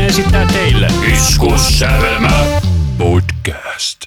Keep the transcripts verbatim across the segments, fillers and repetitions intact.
esittää teille Iskussävelmä podcast.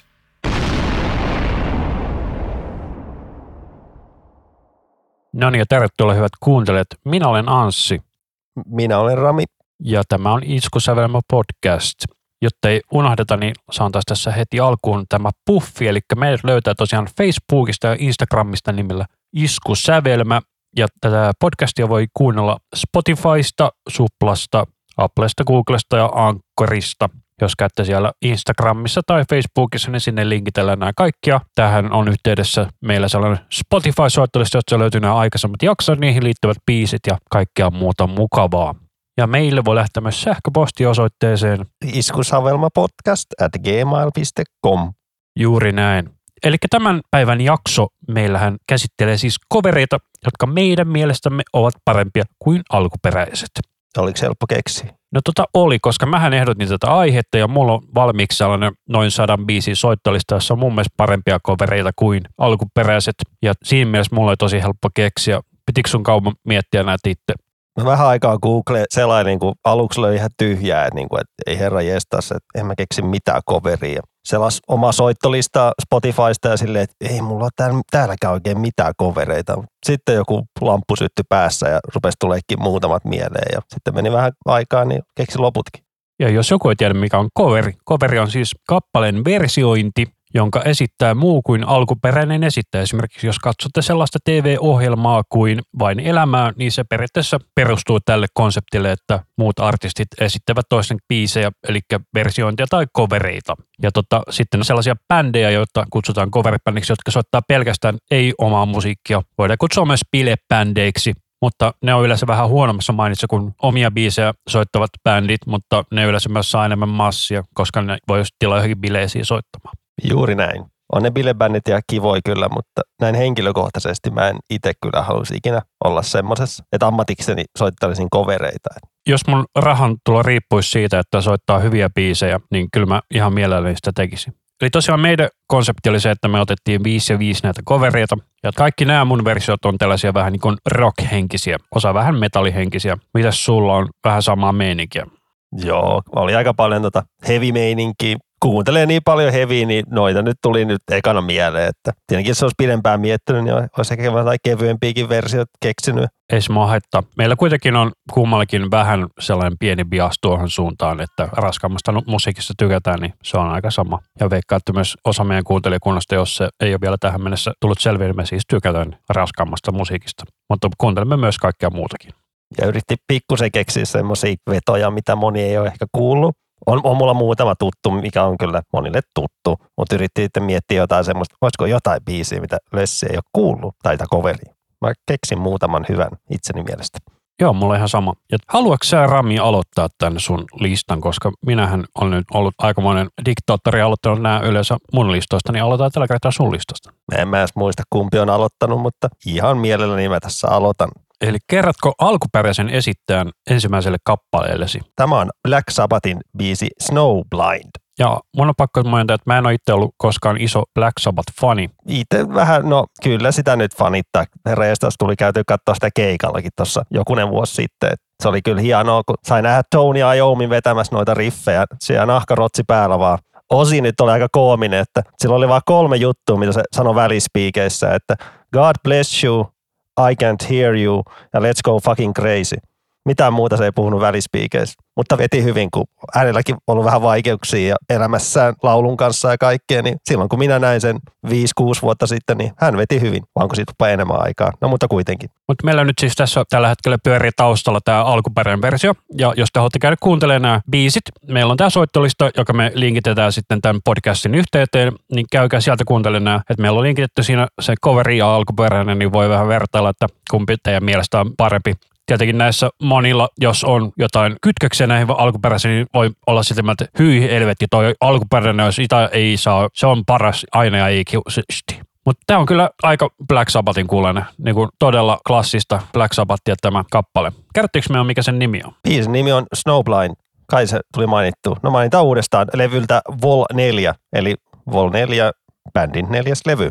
No niin, ja tervetuloa hyvät kuuntelijat. Minä olen Anssi. Minä olen Rami. Ja tämä on Iskussävelmä podcast. Jotta ei unohdeta, niin saan taas tässä heti alkuun tämä puffi. Eli meidät löytää tosiaan Facebookista ja Instagramista nimellä Iskussävelmä. Ja tätä podcastia voi kuunnella Spotifysta, Suplasta, Applesta, Googlesta ja Anchorista. Jos käytte siellä Instagramissa tai Facebookissa, niin sinne linkitellään nämä kaikkia. Tähän on yhteydessä meillä sellainen Spotify-soittolista, jossa löytyy nämä aikaisemmat jaksot, niihin liittyvät biisit ja kaikkea muuta mukavaa. Ja meille voi lähteä myös sähköpostiosoitteeseen iskusavelmapodcast at gmail piste com. Juuri näin. Eli tämän päivän jakso meillähän käsittelee siis covereita, jotka meidän mielestämme ovat parempia kuin alkuperäiset. Oliko se helppo keksiä? No tota oli, koska mähän ehdotin tätä aihetta ja mulla on valmiiksi sellainen noin sadan biisin soittolista, jossa on mun mielestä parempia covereita kuin alkuperäiset. Ja siinä mielessä mulla oli tosi helppo keksiä. Pitikö sun kauan miettiä näitä itse? No vähän aikaa Google sellainen, niin kuin aluksi löi ihan tyhjää, että, niin kuin, että ei herra jestas, että en mä keksi mitään coveria. Selas oma soittolista Spotifysta ja silleen, että ei mulla ole täällä, täälläkään oikein mitään covereita. Sitten joku lamppu syttyi päässä ja rupesi tuleekin muutamat mieleen ja sitten meni vähän aikaa, niin keksi loputkin. Ja jos joku ei tiedä mikä on coveri, coveri on siis kappaleen versiointi, jonka esittää muu kuin alkuperäinen esittäjä. Esimerkiksi jos katsotte sellaista T V-ohjelmaa kuin Vain elämää, niin se periaatteessa perustuu tälle konseptille, että muut artistit esittävät toisten biisejä, eli versiointia tai covereita. Ja tota, sitten on sellaisia bändejä, joita kutsutaan coveribändiksi, jotka soittaa pelkästään ei omaa musiikkia. Voidaan kutsua myös bilebändeiksi, mutta ne on yleensä vähän huonommassa mainitsa kuin omia biisejä soittavat bändit, mutta ne yleensä myös saa enemmän massia, koska ne voi just tilaa johonkin bileisiin soittamaan. Juuri näin. On ne bilebändit ja kivoi kyllä, mutta näin henkilökohtaisesti mä en itse kyllä halusi ikinä olla semmosessa, että ammatikseni soittalisin covereita. Jos mun rahan tulo riippuisi siitä, että soittaa hyviä biisejä, niin kyllä mä ihan mielelläni sitä tekisin. Eli tosiaan meidän konsepti oli se, että me otettiin viisi ja viisi näitä covereita. Ja kaikki nämä mun versiot on tällaisia vähän niin kuin rock-henkisiä, osa vähän metallihenkisiä. Mitäs sulla on vähän samaa meininkiä? Joo, oli aika paljon tota heavy-meininkiä. Kuuntelee niin paljon heviä, niin noita nyt tuli nyt ekana mieleen, että tietenkin jos olisi pidempään miettinyt, niin olisi ehkä jotain kevyempiäkin versiot keksinyt. Ei se mua haittaa. Meillä kuitenkin on kummallakin vähän sellainen pieni bias tuohon suuntaan, että raskaammasta musiikista tykätään, niin se on aika sama. Ja veikkaa, että myös osa meidän kuuntelijakunnasta, jos se ei ole vielä tähän mennessä tullut selviin, niin me siis tykätään raskaammasta musiikista. Mutta kuuntelemme myös kaikkea muutakin. Ja yritti pikkusen keksiä semmoisia vetoja, mitä moni ei ole ehkä kuullut. On, on mulla muutama tuttu, mikä on kyllä monille tuttu, mutta yritti sitten miettiä jotain semmoista, olisiko jotain biisiä, mitä Lössi ei ole kuullut, tai coveria. Mä keksin muutaman hyvän itseni mielestä. Joo, mulla on ihan sama. Ja haluatko sä, Rami, aloittaa tämän sun listan, koska minähän olen nyt ollut aikamoinen diktaattori ja aloittanut nämä yleensä mun listoista, niin aloitetaan tällä kertaa sun listasta. Mä en mä edes muista, kumpi on aloittanut, mutta ihan mielelläni mä tässä aloitan. Eli kerratko alkuperäisen esittäjän ensimmäiselle kappaleellesi? Tämä on Black Sabbathin biisi Snowblind. Ja mun on pakko mainita, että mä en ole itse ollut koskaan iso Black Sabbath-fani. Itse vähän, no kyllä sitä nyt fanittaa. Herra jestas tuli käyty katsoa sitä keikallakin tuossa jokunen vuosi sitten. Se oli kyllä hienoa, kun sai nähdä Tony Iommin vetämässä noita riffejä. Siellä nahkarotsi päällä vaan. Osi nyt oli aika koominen, että sillä oli vaan kolme juttua, mitä se sanoi välispiikeissä, että God bless you, I can't hear you ja let's go fucking crazy. Mitään muuta se ei puhunut välispiikeissä, mutta veti hyvin, kun hänelläkin on ollut vähän vaikeuksia ja elämässään laulun kanssa ja kaikkea, niin silloin kun minä näin sen viisi kuusi vuotta sitten, niin hän veti hyvin, vaan kun siitä tupaa enemmän aikaa. No mutta kuitenkin. Mutta meillä nyt siis tässä tällä hetkellä pyörii taustalla tämä alkuperäinen versio, ja jos te haluatte käydä kuuntelemaan nämä biisit, meillä on tämä soittolista, joka me linkitetään sitten tämän podcastin yhteyteen, niin käykää sieltä kuuntelemaan nämä, että meillä on linkitetty siinä se coveri ja alkuperäinen, niin voi vähän vertailla, että kumpi teidän mielestä on parempi. Tietenkin näissä monilla, jos on jotain kytköksiä näihin alkuperäisiin, niin voi olla sitten, että hyi helvetti, toi alkuperäinen, jos sitä ei saa, se on paras aina ja ikuisesti. Mutta tämä on kyllä aika Black Sabbathin kuuloinen, niin kuin todella klassista Black Sabbathia tämä kappale. Kerrottiinko me on, mikä sen nimi on? Biisin nimi on Snowblind. Kai se tuli mainittu. No mainitaan uudestaan levyltä Vol neljä, eli Vol neljä, bändin neljäs levy.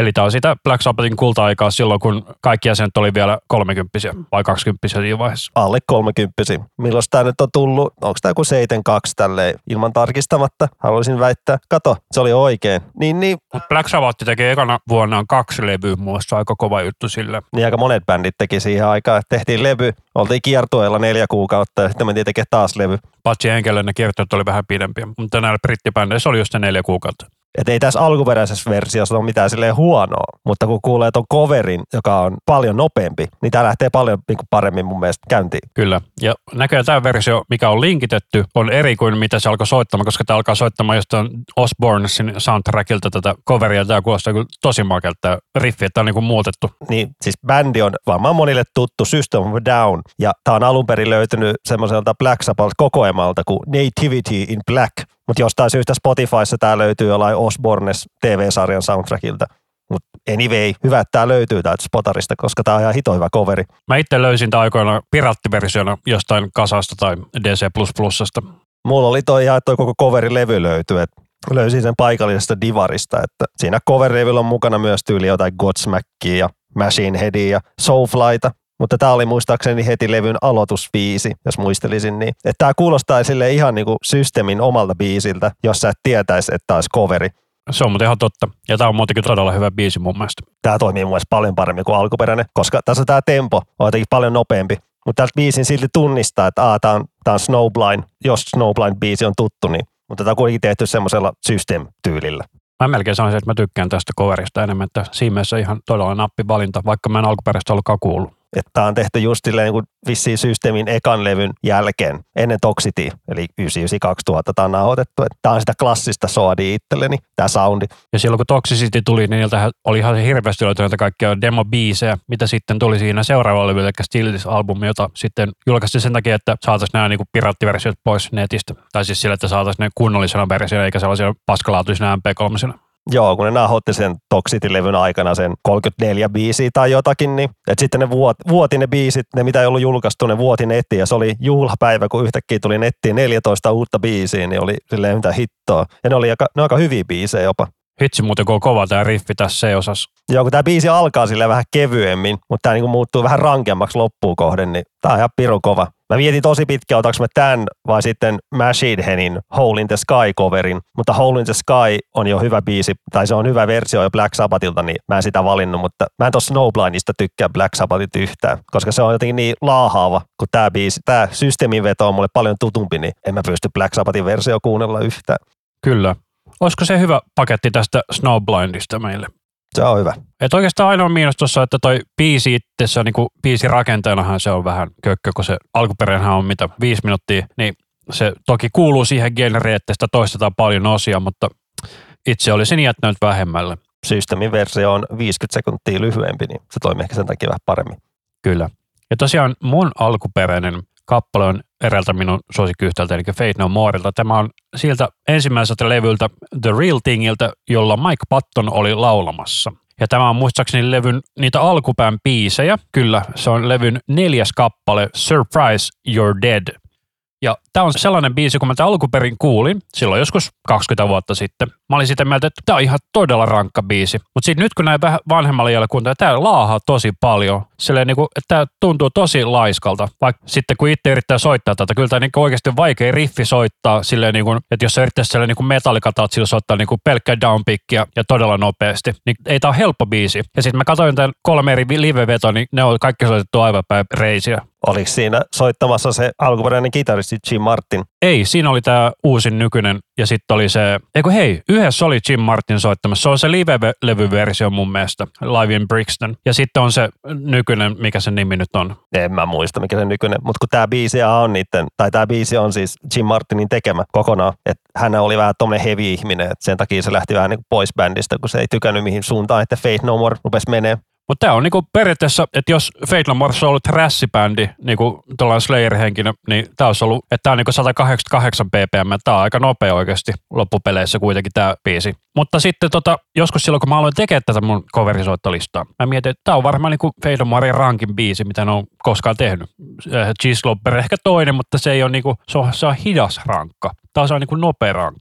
Eli tämä on sitä Black Sabbathin kulta-aikaa silloin, kun kaikki jäsenet oli vielä kolmekymppisiä vai kaksikymppisiä siinä vaiheessa. Alle kolmekymppisiä. Milloin tämä nyt on tullut? Onko tämä joku seitsemänkymmentäkaksi tälleen ilman tarkistamatta? Haluaisin väittää. Kato, se oli oikein. Niin, niin. Mutta Black Sabbath teki ekana vuonnaan kaksi levyä muassa, aika kova juttu sillä. Niin aika monet bändit teki siihen aikaan, että tehtiin levy, oltiin kiertueella neljä kuukautta ja sitten mentiin tekemään taas levy. Patsi Henkelle ne kiertueet oli vähän pidempiä, mutta näillä brittibändeissä oli just ne neljä kuukautta. Että ei tässä alkuperäisessä versiossa ole mitään silleen huonoa, mutta kun kuulee ton coverin, joka on paljon nopeampi, niin tämä lähtee paljon paremmin mun mielestä käyntiin. Kyllä, ja näköjään tämä versio, mikä on linkitetty, on eri kuin mitä se alkoi soittamaan, koska tämä alkaa soittamaan jostain Osbornesin soundtrackilta tätä coveria, tämä kuulostaa kyllä tosi makelta tämä riffi, että tämä on niin kuin muutettu. Niin, siis bändi on varmaan monille tuttu System of a Down, ja tämä on alun perin löytynyt semmoiselta Black Sabbath-kokoelmalta kuin Nativity in Black. Mutta jostain syystä Spotifyssa tämä löytyy jollain Osbornes T V-sarjan soundtrackilta. Mutta anyway, hyvä, että tämä löytyy täältä Spotarista, koska tämä on ihan hito hyvä coveri. Mä itse löysin tämän aikoina pirattiversiona jostain kasasta tai D C plus plusasta. Mulla oli toi ihan, että toi koko coverilevy löytyy. Et löysin sen paikallisesta divarista, että siinä coverlevyllä on mukana myös tyyli jotain Godsmackia ja Machine Headia ja Soulflyta. Mutta tämä oli muistaakseni heti levyn aloitusbiisi, jos muistelisin niin. Että tämä kuulostaa sille ihan niinku systeemin omalta biisiltä, jos sä et tietäisi, että tämä olisi coveri. Se on muuten ihan totta. Ja tämä on muutenkin todella hyvä biisi mun mielestä. Tämä toimii mun mielestä paljon paremmin kuin alkuperäinen, koska tässä tämä tempo on jotenkin paljon nopeampi. Mutta tältä biisin silti tunnistaa, että aah, tämä on, tää on Snowblind, jos Snowblind-biisi on tuttu, niin. Mutta tämä on kuitenkin tehty semmoisella system-tyylillä. Mä melkein sanoisin, että mä tykkään tästä coverista enemmän, että siinä mielessä ihan todella nappivalinta, vaikka mä en alkuperäistä ollutkaan kuullut. Että tämä on tehty just silleen niin kuin vissiin systeemin ekan levyn jälkeen, ennen Toxity, eli yhdeksänkymmentäyhdeksän kaksituhatta tämä on nauhoitettu. Tämä on sitä klassista soadia itselleni, tämä soundi. Ja silloin kun Toxicity tuli, niin niiltä oli ihan hirveästi löytynyt kaikkia demo-biisejä, mitä sitten tuli siinä seuraavalla levyllä, eli Still This-albumi, jota sitten julkaistiin sen takia, että saataisiin nämä niin kuin pirattiversiot pois netistä. Tai siis sillä, että saataisiin ne kunnollisena versiona, eikä sellaisia paskalaatuisena M P kolme. Joo, kun ne nauhoitti sen Toxity-levyn aikana sen kolmekymmentäneljä biisiä tai jotakin, niin että sitten ne vuot, vuoti ne biisit, ne mitä ei ollut julkaistu, ne vuoti nettiin ja se oli juhlapäivä, kun yhtäkkiä tuli nettiin neljätoista uutta biisiä, niin oli silleen mitä hittoa. Ja ne oli aika, ne aika hyviä biisejä jopa. Hitsi muuten, kun on kova tämä riffi tässä C-osassa. Joo, kun tämä biisi alkaa silleen vähän kevyemmin, mutta tämä niinku muuttuu vähän rankemmaksi loppuun kohden, niin tämä on ihan pirun kova. Mä mietin tosi pitkään, otaks mä tämän vai sitten Machine Headin Hole in the Sky-coverin, mutta Hole in the Sky on jo hyvä biisi, tai se on hyvä versio jo Black Sabbathilta, niin mä en sitä valinnut, mutta mä en tossa Snowblindista tykkää Black Sabbathilta yhtään, koska se on jotenkin niin laahaava, kun tää biisi, tää systeemin veto on mulle paljon tutumpi, niin en mä pysty Black Sabbathin versio kuunnella yhtään. Kyllä. Olisiko se hyvä paketti tästä Snowblindista meille? Se on hyvä. Et oikeastaan ainoa miinus tuossa, että toi biisi itsessä, niin kuin biisin rakenteellahan se on vähän kökkö, kun se alkuperäinenhän on mitä, viisi minuuttia, niin se toki kuuluu siihen genreen, että sitä toistetaan paljon osia, mutta itse olisin jättänyt vähemmälle. Systeemin versio on viisikymmentä sekuntia lyhyempi, niin se toimii ehkä sen takia vähän paremmin. Kyllä. Ja tosiaan mun alkuperäinen kappale on eräältä minun suosikkiyhtäältä, eli Faith No Moreilta. Tämä on siltä ensimmäiseltä levyltä The Real Thingiltä, jolla Mike Patton oli laulamassa. Ja tämä on muistaakseni levyn niitä alkupään biisejä. Kyllä, se on levyn neljäs kappale, Surprise You're Dead. Ja tämä on sellainen biisi, kun mä tämän alkuperin kuulin, silloin joskus kaksikymmentä vuotta sitten. Mä olin sitä mieltä, että tämä on ihan todella rankka biisi. Mutta sitten nyt kun näin vähän vanhemmalla jäljellä kuuntelin, tämä laahaa tosi paljon. Silleen niin kuin, että tämä tuntuu tosi laiskalta. Vaikka sitten kun itse yrittää soittaa tätä, kyllä tämä niin oikeasti vaikea riffi soittaa. Silleen niin kuin, että jos sä yrittäisi silleen niin kuin metallikatsilla soittaa niin kuin pelkkää downpickia ja todella nopeasti, niin ei tämä ole helppo biisi. Ja sitten mä katsoin tämän kolme eri live-vetoa, niin ne on kaikki soitettu aivan päin reisiä. Oliko siinä soittamassa se alkuperäinen kitaristi Jim Martin? Ei, siinä oli tämä uusin nykyinen ja sitten oli se, eikö hei, yhdessä oli Jim Martin soittamassa. Se on se live-levyversio mun mielestä, Live in Brixton. Ja sitten on se nykyinen, mikä sen nimi nyt on. En mä muista, mikä se nykyinen, mutta kun tämä biisi on niiden, tai tämä biisi on siis Jim Martinin tekemä kokonaan, että hän oli vähän tommoinen heavy ihminen, että sen takia se lähti vähän niin kuin pois bändistä, kun se ei tykännyt mihin suuntaan, että Faith No More rupesi menee. Mutta tämä on niinku periaatteessa, että jos Faith No More olisi ollut thrashibändi, niinku tuollainen Slayer-henkinen, niin tämä olisi ollut, että tämä on niinku sata kahdeksankymmentäkahdeksan bpm, tämä on aika nopea oikeasti loppupeleissä kuitenkin tämä biisi. Mutta sitten tota, joskus silloin, kun mä aloin tekemään tätä mun coverisoittolistaa, mä mietin, että tämä on varmaan niinku Faith No Moren rankin biisi, mitä ne on koskaan tehnyt. Cheese Slopper ehkä toinen, mutta se ei ole niinku, se on, se on hidas rankka. Tämä on niinku nopea rankka.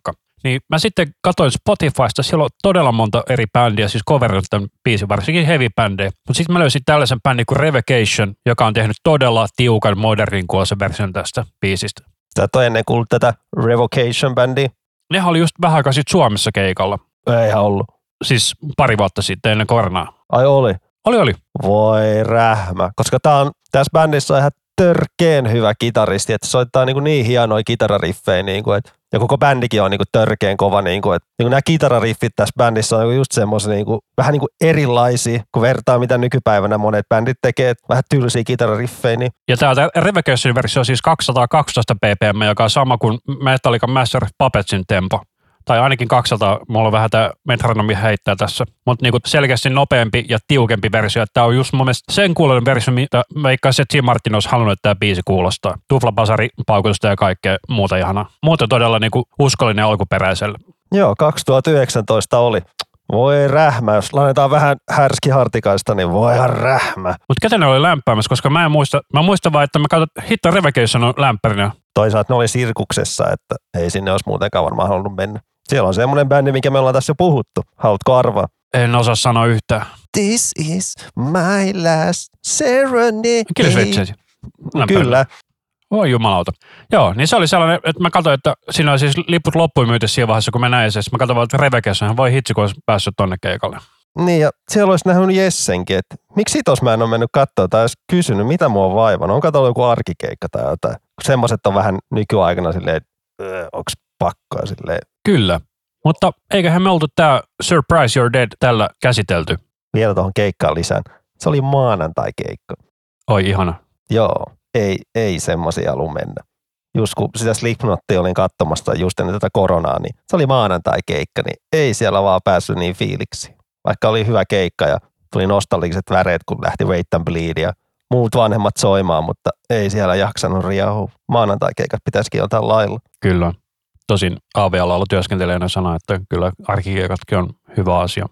Niin mä sitten katsoin Spotifysta, siellä on todella monta eri bändiä, siis coverilta tämän biisin, varsinkin heavy-bändejä. Mutta sitten mä löysin tällaisen bändin kuin Revocation, joka on tehnyt todella tiukan modernin kuulosen version tästä biisistä. Sä et ole ennen kuullut tätä Revocation-bändiä? Nehän oli just vähän aikaa sitten Suomessa keikalla. Eihän ollut. Siis pari vuotta sitten ennen koronaa. Ai oli? Oli, oli. Voi rähmä. Koska tää on, tässä bändissä on ihan törkeen hyvä kitaristi, että se soittaa niin, niin hienoja kitarariffejä, niin kuin, että, ja koko bändikin on niin kuin törkeen kova. Niin kuin, että, niin kuin nämä kitarariffit tässä bändissä on just semmoisia niin kuin, vähän niin kuin erilaisia, kun vertaa mitä nykypäivänä monet bändit tekee, että vähän tylsiä kitarariffejä. Niin. Ja tämä Revocation versio on siis kaksisataakaksitoista bpm, joka on sama kuin Metallica Master of Puppetsin tempo. Tai ainakin kaksisataa, mulla on vähän tämä metronomi heittää tässä, mutta niinku selkeästi nopeampi ja tiukempi versio. Tämä on just mun mielestä sen kuuloinen versio, mitä veikkaisin, että Jim Martin olisi halunnut, että tämä biisi kuulostaa. Tuflabasari, paukutusta ja kaikkea muuta ihanaa. Muuten todella niinku uskollinen alkuperäiselle. Joo, kaksituhattayhdeksäntoista oli. Voi rähmä, jos laitetaan vähän härskihartikaista, niin voihan rähmä. Mutta ketä ne oli lämpäämässä, koska mä en muista, mä muistan vaan, että mä katson, hitto Revocation on lämpärinä. Toisaalta ne oli sirkuksessa, että ei sinne olisi muutenkaan varmaan halunnut mennä. Siellä on semmoinen bändi, mikä me ollaan tässä jo puhuttu. Haluatko arvaa? En osaa sanoa yhtään. This is my last serenade. Killswitch. Kyllä. Oi jumalauta. Joo, niin se oli sellainen, että mä katsoin, että siinä oli siis liput loppuun myyty siinä vaiheessa, kun mä näin sen. Mä katsoin vaan, että Revocation voi hitsi, kun olisi päässyt tonne keikalle. Niin, ja siellä olisi nähnyt Jessenkin, että miksi tos mä en ole mennyt katsoa tai edes kysynyt, mitä mua on vaivannut. On katsonut joku arkikeikka tai jotain. Semmoiset on vähän nykyaikana silleen, että onks pakkoa silleen. Kyllä, mutta eiköhän me oltu tää Surprise You're Dead tällä käsitelty. Vielä tuohon keikkaan lisään. Se oli maanantai-keikka. Oi ihana. Joo, ei, ei semmoisia halua mennä. Just kun sitä Slipknottia olin katsomassa just ennen tätä koronaa, niin se oli maanantai-keikka, niin ei siellä vaan päässyt niin fiiliksi. Vaikka oli hyvä keikka ja tuli nostalgiset väreet, kun lähti Wait and Bleed ja muut vanhemmat soimaan, mutta ei siellä jaksanut riahua. Maanantai-keikat pitäisikin jotain lailla. Kyllä. Tosin A V-alalla työskenteleenä sanoo, että kyllä arkikeikatkin on hyvä asia.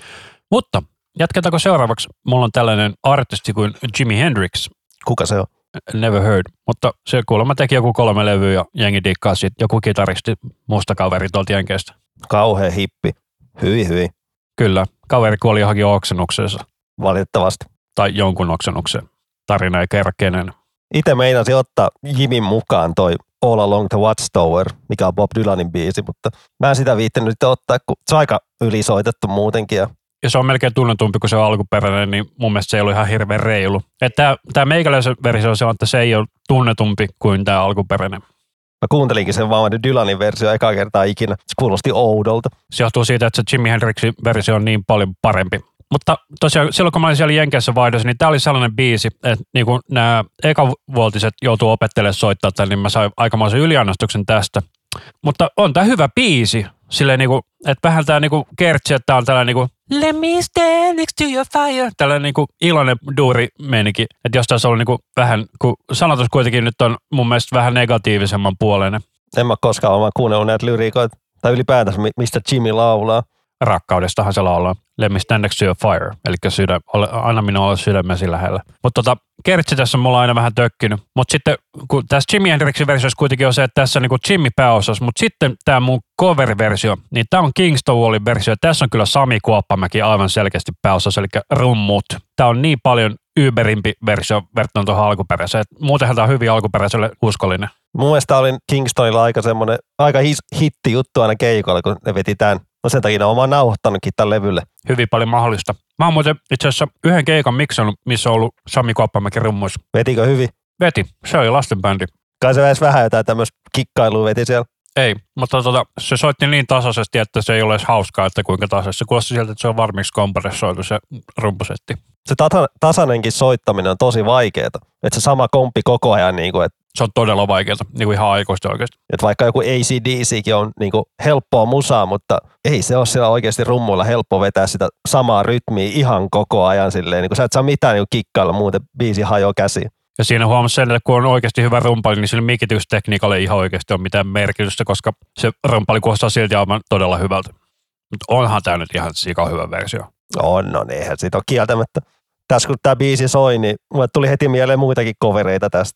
Mutta jatketaanko seuraavaksi? Mulla on tällainen artisti kuin Jimi Hendrix. Kuka se on? Never heard, mutta se kuulemma teki joku kolme levyä ja jengi dikkaa siitä. Joku kitaristi, musta kaveri tuolta jenkeistä. Kauhea hippi. Hyi hyi. Kyllä, kaveri kuoli johonkin oksennukseensa. Valitettavasti. Tai jonkun oksennukseen. Tarina ei kerro kenen. Itse meinasin ottaa Jimin mukaan toi All Along the Watchtower, mikä on Bob Dylanin biisi, mutta mä en sitä viittänyt nyt ottaa, kun se on aika ylisoitettu muutenkin. Ja, ja se on melkein tunnetumpi kuin se on alkuperäinen, niin mun mielestä se ei ollut ihan hirveän reilu. Että tämä meikäläisen versio on sellainen, että se ei ole tunnetumpi kuin tämä alkuperäinen. Mä kuuntelinkin sen vaan Dylanin versio eka kertaa ikinä. Se kuulosti oudolta. Se johtuu siitä, että se Jimi Hendrixin versio on niin paljon parempi. Mutta tosiaan silloin, kun mä olin siellä Jenkeissä vaihdossa, niin tää oli sellainen biisi, että niin kun nämä ekavuotiset joutuu opettelemaan soittaa tämän, niin mä sain aikamoisen yliannostuksen tästä. Mutta on tää hyvä biisi. Silleen niinku, että vähän tää niinku kertsi, että tää on tällainen niinku Let me stand next to your fire. Tällainen niinku iloinen duuri meininki. Että jos tässä on niinku vähän, kun sanotus kuitenkin nyt on mun mielestä vähän negatiivisemman puoleinen. En mä koskaan ole kuunnellut näitä lyriikoita. Tai ylipäätänsä, mistä Jimmy laulaa. Rakkaudestahan se laulaa. Let me stand next to your fire. Eli sydän, aina minua olla sydämesi lähellä. Mutta tota, kertsi tässä on mulla aina vähän tökkinyt. Mutta sitten, kun tässä Jimi Hendrixin versiossa kuitenkin on se, että tässä on niinku Jimmy pääosassa. Mutta sitten tämä mun cover-versio, niin tämä on Kingston Wallin versio. Tässä on kyllä Sami Kuoppamäki aivan selkeästi pääosassa, eli rummut. Tämä on niin paljon yberimpi versio verrattuna tuohon alkuperäiseen. Muutenhan tämä on hyvin alkuperäiselle uskollinen. Mun mielestä olin Kingstonilla aika semmoinen, aika hitti juttu aina keikolla, kun ne veti tämän. No sen takia ne on vaan nauhoittanutkin tämän levylle. Hyvin paljon mahdollista. Mä oon muuten itse asiassa yhden keikan miksannut, missä on ollut Sami Kuoppamäki rummuissa. Vetikö hyvin? Veti. Se oli lastenbändi. Kai se edes vähän jotain tämmöistä kikkailua veti siellä. Ei, mutta tota, se soitti niin tasaisesti, että se ei ole edes hauskaa, että kuinka tasaisesti. Se kuulosti sieltä, että se on varmiksi kompressoitu se rumpusetti. Se tata- tasainenkin soittaminen on tosi vaikeaa. Että se sama komppi koko ajan, niin kuin, että se on todella vaikeaa, niin kuin ihan aikuista oikeasti. Että vaikka joku A C D C:kin on niin kuin helppoa musaa, mutta ei se ole siellä oikeasti rummuilla helppo vetää sitä samaa rytmiä ihan koko ajan silleen. Niin kuin sä et saa mitään niin kikkailla, muuten biisi hajoaa käsiin. Ja siinä huomasi sen, että kun on oikeasti hyvä rumpali, niin sillä mikitystekniikalle ei ihan oikeasti ole mitään merkitystä, koska se rumpali kuulostaa silti aivan todella hyvältä. Mutta onhan tämä nyt ihan sika hyvä versio. On, no eihän siitä ole kieltämättä. Tässä kun tämä biisi soi, niin mulle tuli heti mieleen muitakin covereita tästä. Et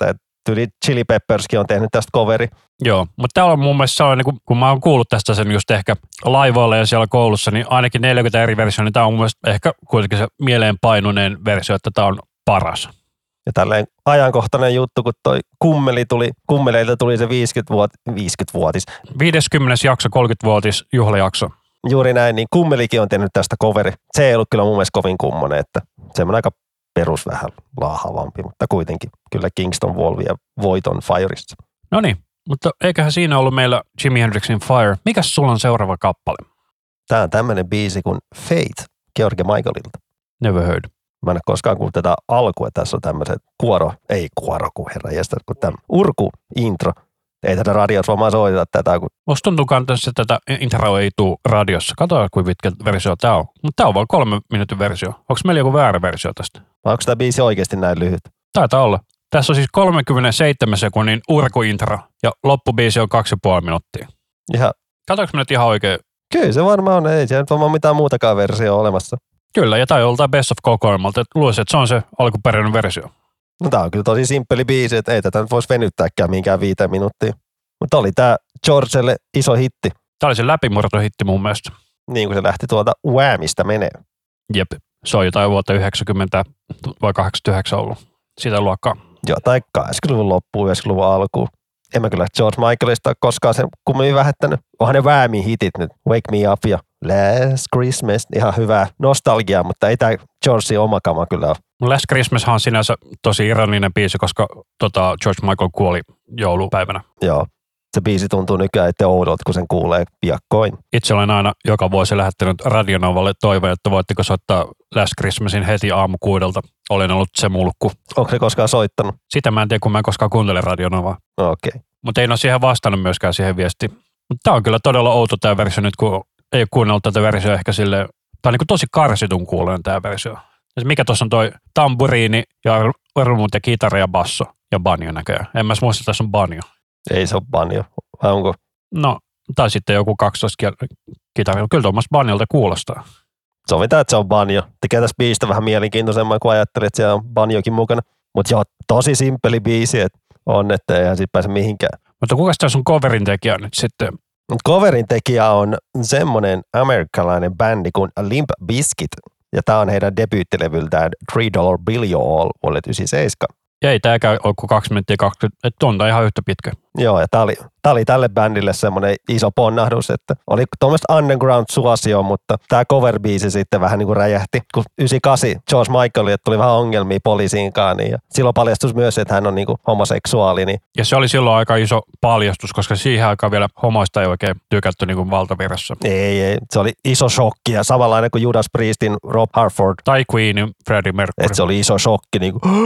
Tyli Chili Pepperskin on tehnyt tästä coveri. Joo, mutta täällä on mun mielestä sellainen, kun, kun mä oon kuullut tästä sen just ehkä laivoilla ja siellä koulussa, niin ainakin neljäkymmentä eri versiota, niin tää on mun mielestä ehkä kuitenkin se mieleenpainuneen versio, että tää on paras. Ja tälleen ajankohtainen juttu, kun toi kummeli tuli, kummeleilta tuli se viisikymmentävuotis. viideskymmenes jakso, kolmekymmentävuotis juhlajakso. Juuri näin, niin kummelikin on tehnyt tästä coveri. Se ei ollut kyllä mun mielestä kovin kummonen, että semmoinen aika perus vähän laahavampi, mutta kuitenkin kyllä Kingston Wolf ja voiton Fireissa. No niin, mutta eiköhän siinä ollut meillä Jimi Hendrixin Fire. Mikäs sulla on seuraava kappale? Tää on tämmönen biisi kuin Fate, George Michaelilta. Never heard. Mä en ole koskaan kuullut tätä alkua. Tässä on tämmöiset kuoro, ei kuoro kuin herra jästä, kun tämä urku-intro. Ei tätä radiossa varmaan soiteta tätä. Kun... Musta tuntuu kanssa, että tätä introa ei tule radiossa. Katsotaan, kuinka pitkä versio tää on. Mutta tää on vain kolme minuutin versio. Onko meillä joku väärä versio tästä? Vai onko tämä biisi oikeasti näin lyhyt? Taitaa olla. Tässä on siis kolmekymmentäseitsemän sekunnin urku-intro ja loppubiisi on kaksi ja puoli minuuttia. Ihan... Katsotaanko me nyt ihan oikein? Kyllä se varmaan on. Ei siellä nyt varmaan mitään muutakaan versiota olemassa. Kyllä, ja tämä on tämä Best of kokoelmalta. Luulisin, että se on se alkuperäinen versio. No tämä on kyllä tosi simppeli biisi, että ei tätä nyt voisi venyttääkään mihinkään viiteen minuuttia. Mutta oli tämä Georgelle iso hitti. Tämä oli se läpimurtohitti mun mielestä. Niin kuin se lähti tuolta Whamista menee. Jep, se on jotain vuotta yhdeksänkymmentä vai kahdeksankymmentäyhdeksän ollut. Sitä luokkaa. Jotain kahdeksankymmentäluvun loppuun, yhdeksänkymmentäluvun alkuun. En mä kyllä George Michaelista ole koskaan sen kummemmin vähettänyt. Onhan ne Whamin hitit nyt. Wake Me Up ja Last Christmas. Ihan hyvää nostalgiaa, mutta ei tämä Georgein oma kama kyllä ole. Last Christmas on sinänsä tosi ironinen biisi, koska tota, George Michael kuoli joulupäivänä. Joo. Se biisi tuntuu nykyään itse oudolta, kun sen kuulee piakkoin. Itse olen aina joka vuosi lähettänyt Radionovalle toiveen, että voitteko soittaa Last Christmasin heti aamu kuudelta. Olen ollut se mulkku. Onko se koskaan soittanut? Sitä mä en tiedä, kun mä en koskaan kuuntele Radionovaa. Okei. Okay. Mutta ei ole siihen vastannut myöskään siihen viestiin. Mutta tää on kyllä todella outo tää versio nyt, kun ei ole kuunnellut tätä versiota ehkä silleen. Tää on niin tosi karsitun kuuloinen tää versio. Ja mikä tuossa on toi tamburiini ja rumut ja kitara ja basso ja banjo näköjään. En mä muista, että tässä on banjo. Ei se ole banjo. Vai onko? No, tai sitten joku kaksitoista kitara. Kyllä tuommoista banjolta kuulostaa. Sovitaan, että se on banjo. Tekee tästä biisistä vähän mielenkiintoisemman, kun ajattelin, että siellä on banjokin mukana. Mutta joo, tosi simppeli biisi, että on, että eihän siitä pääse mihinkään. Mutta kuka tämä sun coverin tekijä nyt sitten? Coverin tekijä on semmoinen amerikkalainen bändi kuin Limp Bizkit. Ja tämä on heidän debyyttilevyltään Three Dollar Bill All vuodelta yhdeksänkymmentäseitsemän. Ja ei tääkään ole kuin kaksi minuuttia kaksikymmentä, että on ihan yhtä pitkä. Joo, ja tämä oli, tää oli tälle bändille semmoinen iso ponnahdus, että oli tuommoista underground-suosio, mutta tämä cover-biisi sitten vähän niin kuin räjähti, kun yhdeksänkymmentäkahdeksan George Michaelille tuli vähän ongelmia poliisiinkaan, niin ja silloin paljastui myös, että hän on niin kuin homoseksuaali. Niin. Ja se oli silloin aika iso paljastus, koska siihen aikaan vielä homoista ei oikein tykätty niin kuin valtavirrassa. Ei, ei, se oli iso shokki ja samanlainen kuin Judas Priestin Rob Halford. Tai Queenin Freddie Mercury. Että se oli iso shokki, niin kuin,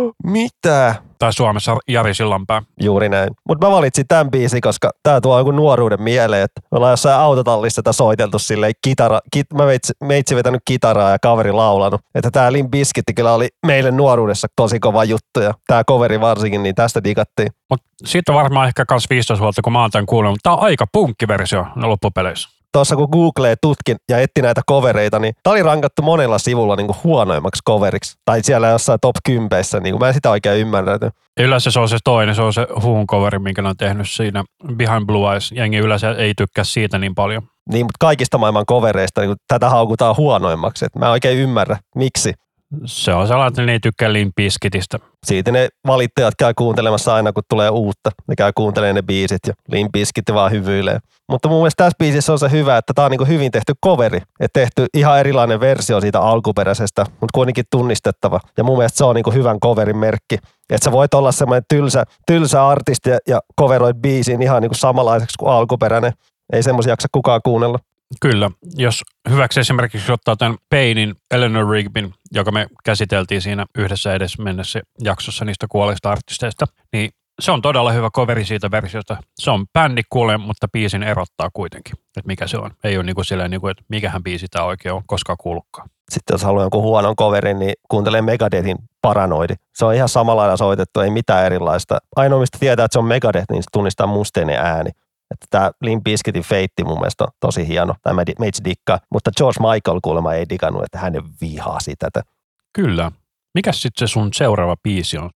mitä? Tai Suomessa Jari Sillanpää. Juuri näin. Mutta mä valitsin tämän biisin, koska tää tuo jonkun nuoruuden mieleen, että me ollaan jossain autotallissa tätä soiteltu silleen kitara. Kit, mä meitsi, meitsi vetänyt kitaraa ja kaveri laulanut. Että tää Limp Bizkit kyllä oli meille nuoruudessa tosi kova juttu ja tää coveri varsinkin, niin tästä digattiin. Mutta siitä on varmaan ehkä kans viisitoista vuotta, kun mä oon tämän kuullut, mutta tää on aika punkkiversio loppupeleissä. Tuossa kun Googlee tutkin ja etti näitä covereita, niin tää oli rankattu monella sivulla niin kuin huonoimmaksi coveriksi. Tai siellä jossain top kympeissä, niin kuin mä en sitä oikein ymmärrä. Yleensä se on se toinen, se on se Whon coveri, minkä ne on tehnyt siinä Behind Blue Eyes. Jengi yleensä ei tykkää siitä niin paljon. Niin, mutta kaikista maailman covereista niin tätä haukutaan huonoimmaksi. Et mä en oikein ymmärrä, miksi. Se on sellainen, että ne ei tykkää Limp Bizkitistä. Siitä ne valittajat käy kuuntelemassa aina, kun tulee uutta. Ne käy kuuntelemaan ne biisit ja Limp Bizkit vaan hyvyilee. Mutta mun mielestä tässä biisissä on se hyvä, että tää on niin kuin hyvin tehty coveri. Että tehty ihan erilainen versio siitä alkuperäisestä, mutta kuitenkin tunnistettava. Ja mun mielestä se on niin kuin hyvän coverin merkki. Että sä voit olla semmoinen tylsä, tylsä artisti ja coveroit biisiin ihan niin kuin samanlaiseksi kuin alkuperäinen. Ei semmoisia jaksa kukaan kuunnella. Kyllä. Jos hyväksi esimerkiksi ottaa tämän Painin Eleanor Rigbyn, joka me käsiteltiin siinä yhdessä edes mennessä jaksossa niistä kuolleista artisteista, niin se on todella hyvä coveri siitä versiosta. Se on bändi kuule, mutta biisin erottaa kuitenkin, että mikä se on. Ei ole niin kuin silleen, niin kuin, että mikähän biisi tämä oikein on koskaan kuullutkaan. Sitten jos haluaa jonkun huonon coverin, niin kuuntelee Megadethin Paranoidi. Se on ihan samalla lailla soitettu, ei mitään erilaista. Ainoa mistä tietää, että se on Megadeth, niin se tunnistaa Mustainein ääni. Että tämä Limp Bizkitin Fate mun mielestä on tosi hieno, tai meitsi dikkaa, mutta George Michael kuulemma ei digannut, että hänen vihasi tätä. Kyllä. Mikäs sitten se sun seuraava biisi on?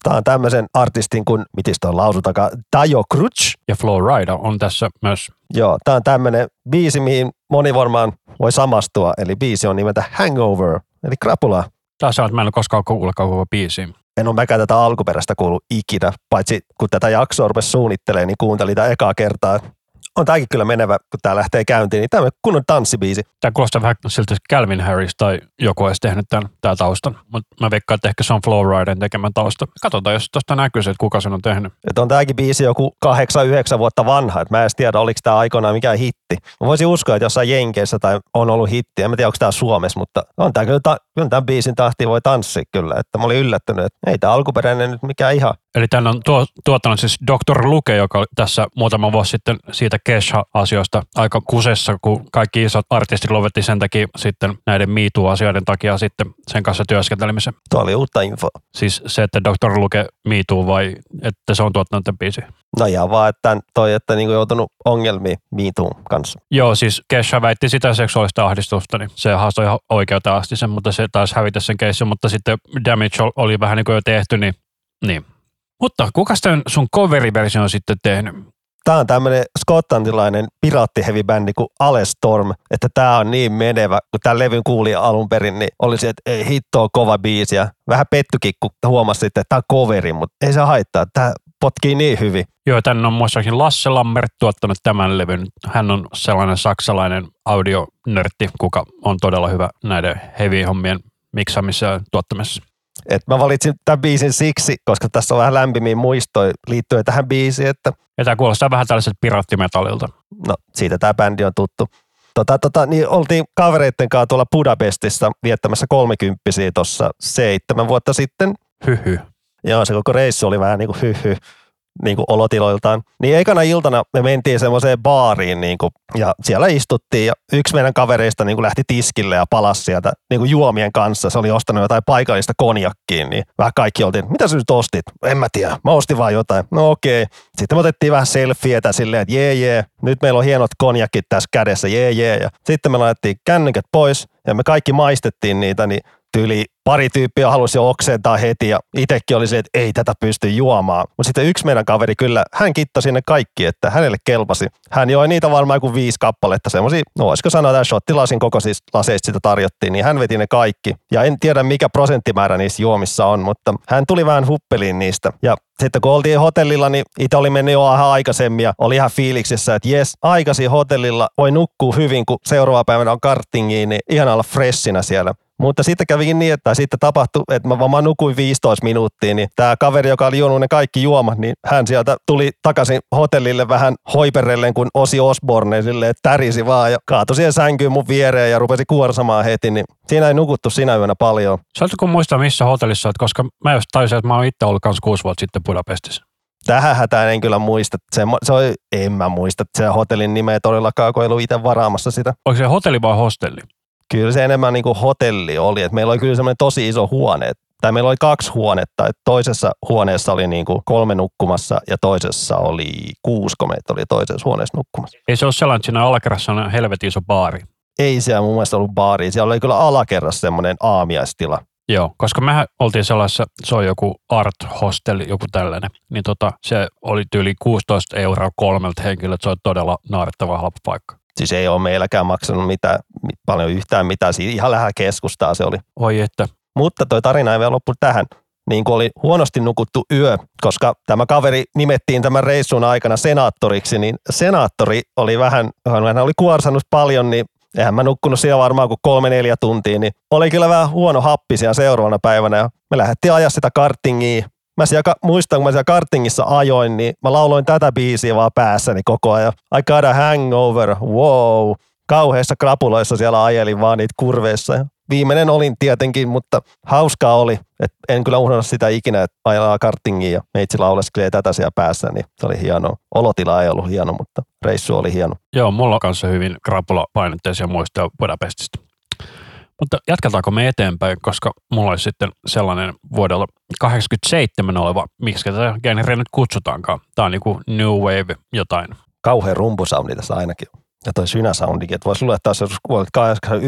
Tää on tämmöisen artistin kuin, mitis toi lausutakaan, Tayo Crutch. Ja Flowrida on tässä myös. Joo, tää on tämmönen biisi, mihin moni varmaan voi samastua. Eli biisi on nimeltä Hangover, eli krapula. Tässä on, että mä en ole koskaan kuullutkaan koko biisiä. En ole mäkään tätä alkuperäistä kuullut ikinä, paitsi kun tätä jaksoa rupesi suunnittelemaan, niin kuuntelin tätä ekaa kertaa. On tämäkin kyllä menevä, kun tää lähtee käyntiin, niin tämä on kunnon tanssibiisi. Tämä kuulostaa vähän siltä, että Calvin Harris tai joku olisi tehnyt tämän, tämän taustan, mutta mä veikkaan, että ehkä se on Flowriden tekemän tausta. Katsotaan, jos tuosta näkyy, että kuka sen on tehnyt. Että on tämäkin biisi joku kahdeksan yhdeksän vuotta vanha, että mä en edes tiedä, oliko tämä aikoinaan mikään hitti. Mä voisin uskoa, että jossain Jenkeissä tai on ollut hitti, en mä tiedä, onko tämä Suomessa, mutta on tämä kyllä, ta- kyllä tämän biisin tahtiin voi tanssia kyllä, että mä olin yllättynyt, että ei tämä alkuperäinen nyt mikään ihan. Eli tämän on tuo, tuottanut siis doktor Luke, joka oli tässä muutama vuosi sitten siitä Kesha-asioista aika kusessa, kun kaikki isot artistit lopetti sen takia sitten näiden Me Too-asioiden takia sitten sen kanssa työskentelemisen. Tuo oli uutta infoa. Siis se, että doktor Luke Me Too vai että se on tuottanut tämän biisin? No ihan vaan, että toi, että niinku joutunut ongelmiin Me Toon kanssa. Joo, siis Kesha väitti sitä seksuaalista ahdistusta, niin se haastoi ihan oikeuteen asti sen, mutta se taisi hävitä sen keissin, mutta sitten Damage oli vähän niin kuin jo tehty, niin, niin. Mutta kuka tämän sun coveriversion on sitten tehnyt? Tämä on tämmöinen skotlantilainen piraattiheavy-bändi kuin Alestorm, että tämä on niin menevä, kun tämän levyn kuuli alun perin, niin oli se, että ei hittoa kova biisi ja vähän pettykin, kun huomasi, että tämä on coveri, mutta ei se haittaa, tämä potkii niin hyvin. Joo, tämän on muistaakseni Lasse Lammert tuottanut tämän levyn. Hän on sellainen saksalainen audionörtti, kuka on todella hyvä näiden heavy-hommien miksaamisessa ja tuottamisessa. Et mä valitsin tämän biisin siksi, koska tässä on vähän lämpimiä muistoja liittyen tähän biisiin. Että ja tämä kuulostaa vähän tällaiset piraattimetallilta. No, siitä tämä bändi on tuttu. Tota, tota, niin oltiin kavereitten kanssa tuolla Budapestissa viettämässä kolmekymppisiä tuossa seitsemän vuotta sitten. Hyhy. Joo, se koko reissu oli vähän niin kuin hyhy. Niin kuin olotiloiltaan. Niin ekana iltana me mentiin semmoiseen baariin niin kuin, ja siellä istuttiin ja yksi meidän kavereista niin kuin lähti tiskille ja palasi sieltä niin kuin juomien kanssa. Se oli ostanut jotain paikallista konjakkiin, niin vähän kaikki oltiin, mitä sä nyt ostit? En mä tiedä, mä ostin vaan jotain. No okei. Sitten me otettiin vähän selfietä silleen, että jee jee, nyt meillä on hienot konjakit tässä kädessä, jee jee. Ja sitten me laitettiin kännykät pois ja me kaikki maistettiin niitä, niin tyyli pari tyyppiä halusi jo oksentaa heti ja itsekin oli se, että ei tätä pysty juomaan. Mutta sitten yksi meidän kaveri kyllä, hän kittasi ne kaikki, että hänelle kelpasi. Hän joi niitä varmaan kuin viisi kappaletta, semmoisia, no voisiko sanoa tämän shottilasin kokoisista laseista sitä tarjottiin, niin hän veti ne kaikki. Ja en tiedä mikä prosenttimäärä niissä juomissa on, mutta hän tuli vähän huppeliin niistä. Ja sitten kun oltiin hotellilla, niin itse oli mennyt jo vähän aikaisemmin ja oli ihan fiiliksissä, että jes, aikaisin hotellilla voi nukkua hyvin, kun seuraava päivänä on kartingiin, niin ihan olla freshinä siellä. Mutta sitten kävikin niin, että sitten tapahtui, että mä vaan nukuin viisitoista minuuttia, niin tämä kaveri, joka oli juonut ne kaikki juomat, niin hän sieltä tuli takaisin hotellille vähän hoiperellen kuin Ozzy Osbourne, silleen, että tärisi vaan ja kaatui siihen sänkyyn mun viereen ja rupesi kuorsamaan heti, niin siinä ei nukuttu sinä yönä paljon. Saatko muistaa missä hotellissa olet, koska mä just taisin, että mä oon itse ollut kanssa kuusi vuotta sitten Budapestissa. Tähän hätään en kyllä muista. Se, se oli, en mä muista se hotellin nimeä todellakaan, kun ei ollut itse varaamassa sitä. Onko se hotelli vai hostelli? Kyllä se enemmän niin kuin hotelli oli. Et meillä oli kyllä semmoinen tosi iso huone. Tai meillä oli kaksi huonetta. Et toisessa huoneessa oli niin kuin kolme nukkumassa ja toisessa oli kuusi, kun meitä oli toisessa huoneessa nukkumassa. Ei se ole sellainen, että siinä alakerrassa on helvetin iso baari. Ei siellä mun mielestä ollut baari. Siellä oli kyllä alakerrassa semmoinen aamiaistila. Joo, koska mehän oltiin sellaisessa, se on joku art hostel, joku tällainen, niin tota, se oli tyyli kuusitoista euroa kolmelta henkilöltä, se on todella naurettava halpa paikka. Siis ei ole meilläkään maksanut mitään, paljon yhtään mitään, siinä ihan lähellä keskustaa se oli. Oi että. Mutta toi tarina ei vielä loppu tähän. Niin kuin oli huonosti nukuttu yö, koska tämä kaveri nimettiin tämän reissun aikana senaattoriksi, niin senaattori oli vähän, hän oli kuorsannut paljon, niin eihän mä nukkunut siellä varmaan kuin kolme neljä tuntia, niin oli kyllä vähän huono happi siellä seuraavana päivänä ja me lähdettiin ajaa sitä kartingia. Mä siellä, muistan, kun mä siellä kartingissa ajoin, niin mä lauloin tätä biisiä vaan päässäni koko ajan. I got a hangover, wow. Kauheissa krapuloissa siellä ajelin vaan niitä kurveissa. Viimeinen olin tietenkin, mutta hauskaa oli. Et en kyllä unohda sitä ikinä, että ajellaan kartingia ja meitsi lauleskelee tätä siellä päässä, niin se oli hienoa. Olotila ei ollut hieno, mutta reissu oli hieno. Joo, mulla on kanssa hyvin krapulapainotteisia muistoja Budapestista. Mutta jatketaanko me eteenpäin, koska mulla olisi sitten sellainen vuodella kahdeksankymmentäseitsemän oleva, miksi tätä genreä nyt kutsutaankaan. Tämä on niinku new wave jotain. Kauhean rumpusoundi tässä ainakin. Ja toi synäsoundikin, että voisi luulla, että taas vuodelta kahdeksankymmentäyksi.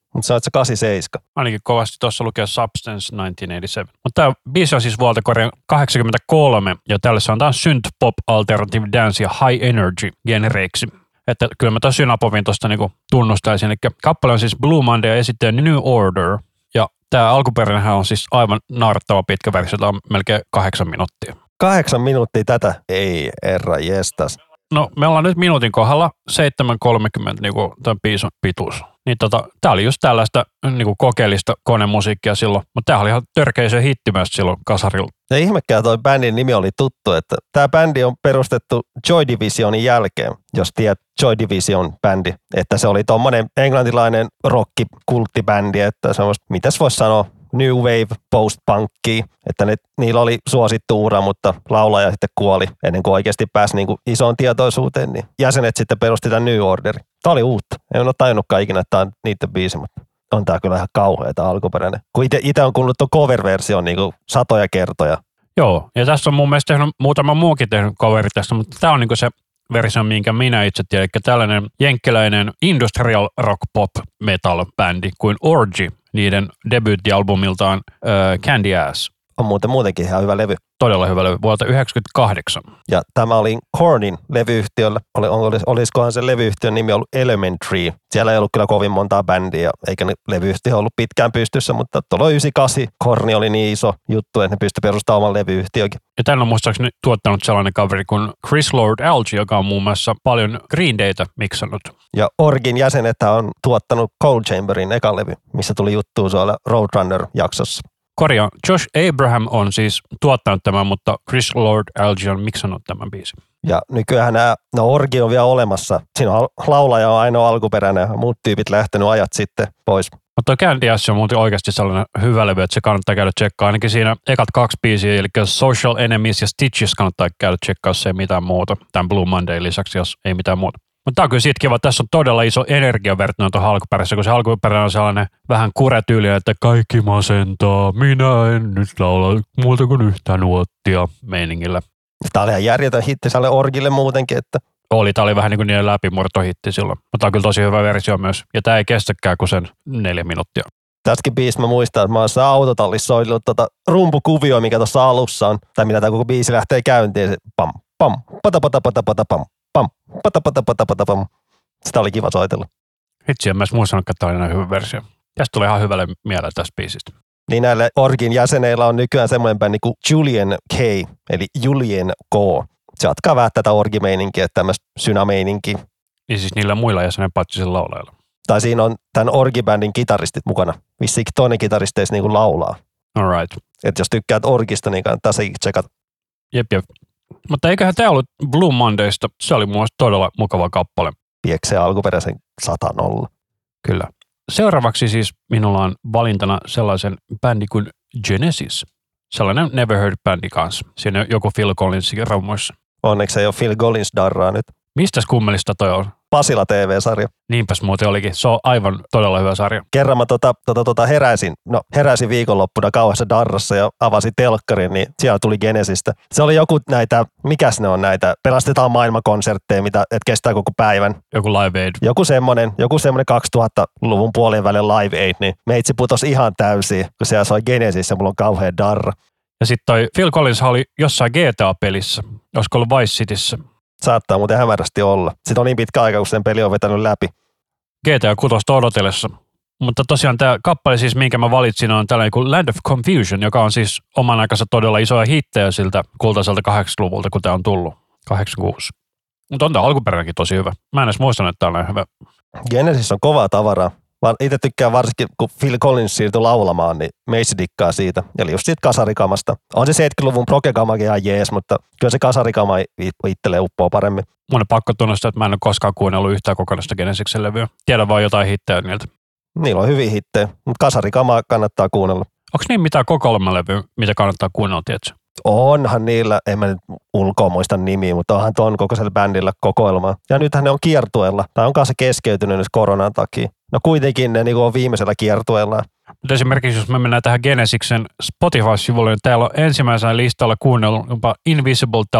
Mutta sä oot se kahdeksankymmentäseitsemän. Ainakin kovasti tuossa lukee Substance tuhatyhdeksänsataakahdeksankymmentäseitsemän. Mutta tämä biisi on siis vuodelta kahdeksankymmentäkolme ja tälle sanotaan synth pop, alternative dance ja high energy genereiksi. Että kyllä mä tuon synapopin tuosta niinku tunnustaisin. Eli kappale on siis Blue Monday ja esittää New Order. Ja tämä alkuperäinenhän on siis aivan naurattava pitkä versio, tämä on melkein kahdeksan minuuttia. Kahdeksan minuuttia tätä? Ei, herra jestas. No me ollaan nyt minuutin kohdalla seitsemän kolmekymmentä niinku tämän biisin pituus. Niin tota, tää oli just tällaista niinku kokeellista konemusiikkia silloin, mutta tämähän oli ihan törkeisen hitti myös silloin kasarilla. Ja ihmekään toi bändin nimi oli tuttu, että tämä bändi on perustettu Joy Divisionin jälkeen, jos tiedät Joy Division bändi, että se oli tommonen englantilainen rockikulttibändi, että semmoista, mitäs voisi sanoa, New Wave, post-punkia, että ne, niillä oli suosittu ura, mutta laulaja sitten kuoli ennen kuin oikeasti pääsi niin kuin isoon tietoisuuteen, niin jäsenet sitten perusti tämän New Orderin. Tämä oli uutta. En ole tajunnutkaan ikinä, että tämä on niiden biisi, mutta on tämä kyllä ihan kauhea tämä alkuperäinen. Kun itse on kuullut tuon cover-version niin kuin satoja kertoja. Joo, ja tässä on mun mielestä tehnyt muutama muukin tehnyt coveri tästä, mutta tämä on niin kuin se versio, minkä minä itse tiedän, eli tällainen jenkkiläinen industrial rock pop metal bändi kuin Orgy, niiden debyyttialbumiltaan äh, Candy Ass. On muuten muutenkin ihan hyvä levy. Todella hyvä levy, vuodelta yhdeksänkymmentäkahdeksan. Ja tämä oli Kornin levyyhtiöllä. Oli, olis, olisikohan se levyyhtiön nimi ollut Elementary. Siellä ei ollut kyllä kovin montaa bändiä, eikä ne levyyhtiö ollut pitkään pystyssä, mutta tuolla yhdeksänkymmentäkahdeksan Korni oli niin iso juttu, että ne pystyi perustamaan oman levyyhtiökin. Ja tämän on muistaakseni tuottanut sellainen kaveri kuin Chris Lord Alge, joka on muun muassa paljon Green Dayta miksannut. Ja Orgin jäsenet on tuottanut Cold Chamberin eka levy, missä tuli juttua siellä Roadrunner-jaksossa. Korjaan, Josh Abraham on siis tuottanut tämän, mutta Chris Lord Alge on miksannut tämän biisin. Ja nykyään nämä, no Orgi on vielä olemassa. Siinä on laulaja on ainoa alkuperäinen ja muut tyypit lähtenyt ajat sitten pois. Mutta tuo Candy Ass on muuten oikeasti sellainen hyvä levy, että se kannattaa käydä tsekkaa. Ainakin siinä ekat kaksi biisiä, eli Social Enemies ja Stitches kannattaa käydä tsekkaa, jos ei mitään muuta. Tämän Blue Monday lisäksi, jos ei mitään muuta. Mutta tämä on kyllä siitä kiva, että tässä on todella iso energia verrattuna tuohon alkuperäisessä, kun se alkuperäinen on sellainen vähän kuretyylinen, että kaikki masentaa, minä en nyt laula muuta kuin yhtä nuottia meiningillä. Tämä oli ihan järjetön hitti sille Orgille muutenkin, että oli, tämä oli vähän niin kuin niiden läpimurtohitti silloin, mutta tämä on kyllä tosi hyvä versio myös, ja tämä ei kestäkään kuin sen neljä minuuttia. Tästäkin biisistä mä muistan, että mä oon autotallissa soitellut tuota rumpukuvioa, mikä tuossa alussa on, tai mitä tämä koko biisi lähtee käyntiin, se pam, pam, pata, pata, pata, pata, pam. Pam, pata, pata, pata, pata, pam. Sitä oli kiva soitella. Itse en mä muistanut, että tämä on enää hyvä versio. Tästä tulee ihan hyvälle mieleen tästä biisistä. Niin näillä Orgin jäseneillä on nykyään semmoinen bändi kuin Julian K, eli Julian K. Se jatkaa vähän tätä Orgi-meininkiä, tämmöistä synameininkiä. Niin siis niillä muilla jäsenen patsisilla laulajilla. Tai siinä on tämän Orgi-bändin kitaristit mukana. Vissiinkin toinen kitaristeista niin kuin laulaa. All right. Että jos tykkäät Orgista, niin kannattaa sekin tsekata. Jep, jep. Mutta eiköhän tämä ollut Blue Mondaysta. Se oli mun mielestä todella mukava kappale. Pieksee alkuperäisen sata nolla. Kyllä. Seuraavaksi siis minulla on valintana sellaisen bändi kuin Genesis. Sellainen Never Heard-bändi kanssa. Siinä on joku Phil Collinsin rammoissa. Onneksi ei ole Phil Collins darraa nyt. Mistäs kummelista toi on? Pasila T V-sarja. Niinpäs muuten olikin. Se on aivan todella hyvä sarja. Kerran mä tota, tota, tota heräisin, no heräisin viikonloppuna kauheassa darrassa ja avasin telkkarin, niin siellä tuli Genesistä. Se oli joku näitä, mikäs ne on näitä, pelastetaan maailmankonsertteja, mitä et kestää koko päivän. Joku Live Aid. Joku semmonen, joku semmonen kaksituhattaluvun puolien välin Live Aid, niin meitsi putosi ihan täysin, kun siellä soi Genesis ja mulla on kauhea darra. Ja sitten toi Phil Collins oli jossain G T A-pelissä, olisiko ollut Vice Cityssä. Saattaa muuten hämärästi olla. Sitten on niin pitkä aika, kun sen peli on vetänyt läpi. G T A kuusi odotellessa. Mutta tosiaan tämä kappale siis, minkä mä valitsin, on tällainen kuin Land of Confusion, joka on siis oman aikansa todella isoja hittejä siltä kultaiselta kahdeksankymmentäluvulta, kun tämä on tullut. kahdeksankymmentäkuusi. Mutta on tämä alkuperäinenkin tosi hyvä. Mä en edes muistanut, että tämä on hyvä. Genesis on kovaa tavaraa. Itse tykkään varsinkin, kun Phil Collins siirtyi laulamaan, niin meitsi dikkaa siitä. Eli just siitä kasarikamasta. On se seitsemänkymmentäluvun progekamakin ihan jees, mutta kyllä se kasarikama itselleen uppoo paremmin. Mun on pakko tunnustaa, että mä en ole koskaan kuunnellut yhtään kokonaista Genesiksen levyä. Tiedän vaan jotain hittejä niiltä. Niillä on hyviä hittejä, mutta kasarikamaa kannattaa kuunnella. Onko niin mitään kokoelmalevyä, mitä kannattaa kuunnella, tiedätkö? Onhan niillä, en mä nyt ulkoa muista nimiä, mutta onhan tuon kokoisella bändillä kokoelmaa. Ja nythän ne on kiertueella. Tai onkaan se keskeytynyt nyt koronan takia. No kuitenkin ne niin on viimeisellä kiertueella. Mutta esimerkiksi jos me mennään tähän Genesiksen Spotify-sivulle, niin täällä on ensimmäisenä listalla kuunnellut jopa Invisible Touch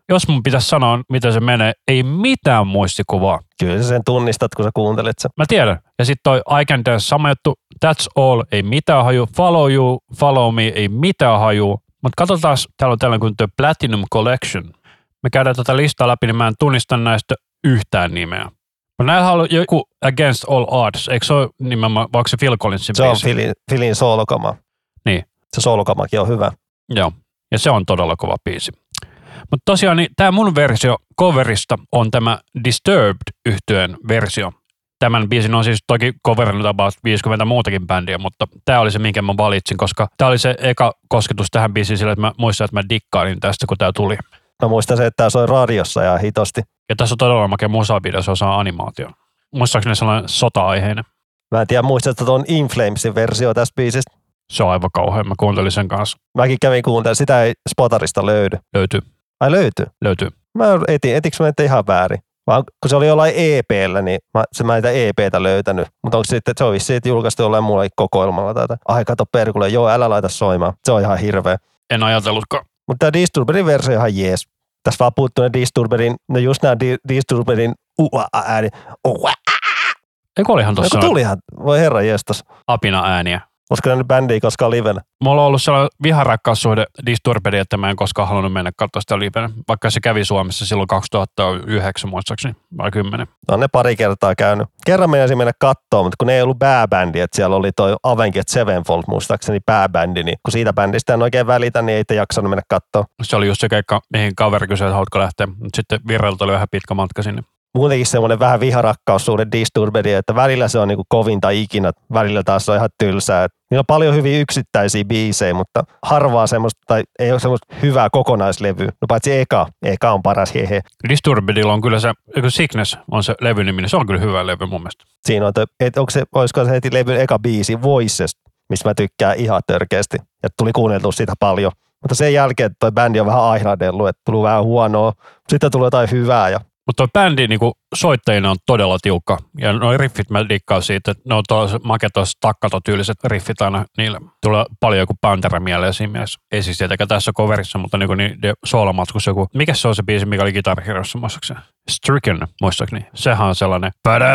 Jos mun pitäisi sanoa, miten se menee, ei mitään muistikuvaa. Kyllä sä sen tunnistat, kun sä kuuntelet sen. Mä tiedän. Ja sitten toi I Can Dance, sama juttu, That's All, ei mitään haju, Follow You, Follow Me, ei mitään haju. Mutta katsotaan, täällä on tällainen kuin The Platinum Collection. Me käydään tätä listaa läpi, niin mä en tunnista näistä yhtään nimeä. Mutta näillä on joku Against All Odds, eikö se ole nimenomaan, vaikka se Phil Collinsin Se biisi? On Philin, Philin soolokama. Niin. Se soolokamakin on hyvä. Joo, ja se on todella kova biisi. Mutta tosiaan niin tämä mun versio coverista on tämä Disturbed-yhtyeen versio. Tämän biisin on siis toki coverannut about viisikymmentä muutakin bändiä, mutta tämä oli se, minkä mä valitsin, koska tämä oli se eka kosketus tähän biisiin sillä, että mä muistan, että mä dikkailin tästä, kun tämä tuli. Mä muistan se, että tämä soi radiossa ja hitosti. Ja tässä on todella makea musavideo, se osaa animaatio. Muistaakseni sellainen sota-aiheinen. Mä en tiedä, muistatko tuon In Flamesin versio tästä biisistä? Se on aivan kauhean, mä kuuntelin sen kanssa. Mäkin kävin kuuntelemaan, sitä ei Spotarista löydy. Löytyy. Ai löytyy? Löytyy. Mä etin, etikö mä ihan väärin? Vaan kun se oli jollain E P:llä, niin mä, se mä en sitä E P:tä löytänyt. Mutta onko se sitten, se on vissiin julkaistu jollain muulla kokoelmalla tätä. Ai kato perkulle, joo älä laita soimaan. Se on ihan hirveä. En ajatellutkaan. Mutta tämä Disturberin versio on ihan jees. Tässä vaan puuttuu ne Disturberin, no just nämä di, Disturberin ua-ääni. Eikö olihan tossa? Eikö tulihan, voi herra jestas. Apina ääniä. Olisiko nähnyt bändiä koskaan livenä? Mulla on ollut sellainen viharakkaussuhde Disturbedia, että mä en koskaan halunnut mennä katsoa sitä livenä. Vaikka se kävi Suomessa silloin kaksituhattayhdeksän muistaakseni, vai kymmenen. On ne pari kertaa käynyt. Kerran meinasin mennä katsoa, mutta kun ne ei ollut pääbändi, että siellä oli toi Avenged Sevenfold muistaakseni pääbändi, niin kun siitä bändistä en oikein välitä, niin ei te jaksanut mennä katsoa. Se oli just se keikka, mihin kaveri kysyi, että haluatko lähteä. Mutta sitten Virralta oli vähän pitkä matka sinne. Muutenkin semmoinen vähän viharakkaussuhde Disturbedia, että välillä se on niinku kovinta ikinä, välillä taas on ihan tylsää. Niillä on paljon hyviä yksittäisiä biisejä, mutta harvaa semmoista, tai ei ole semmoista hyvää kokonaislevyä. No paitsi Eka, Eka on paras, hehe. Disturbedilla on kyllä se, Sickness on se levynimi, niin se on kyllä hyvä levy mun mielestä. Siinä on, että onko se, olisiko se heti levyn eka biisi Voices, mistä mä tykkään ihan törkeästi. Ja tuli kuunneltua sitä paljon. Mutta sen jälkeen toi bändi on vähän aihradellut, että tuli vähän huonoa, sitten tuli jotain hyvää ja mutta tuo bändi niin soittajina on todella tiukka. Ja nuo riffit mä dikkaan siitä, että ne on tuossa maketos takkatotyyliset riffit aina. Niillä tulee paljon joku Pantera mieleen siinä mielessä. Ei siis tietenkään tässä coverissa, mutta niin niiden soolomatskussa joku. Mikä se on se biisi, mikä oli Guitar Heroissa muistaakseni? Stricken, muistaakseni. Sehän on sellainen.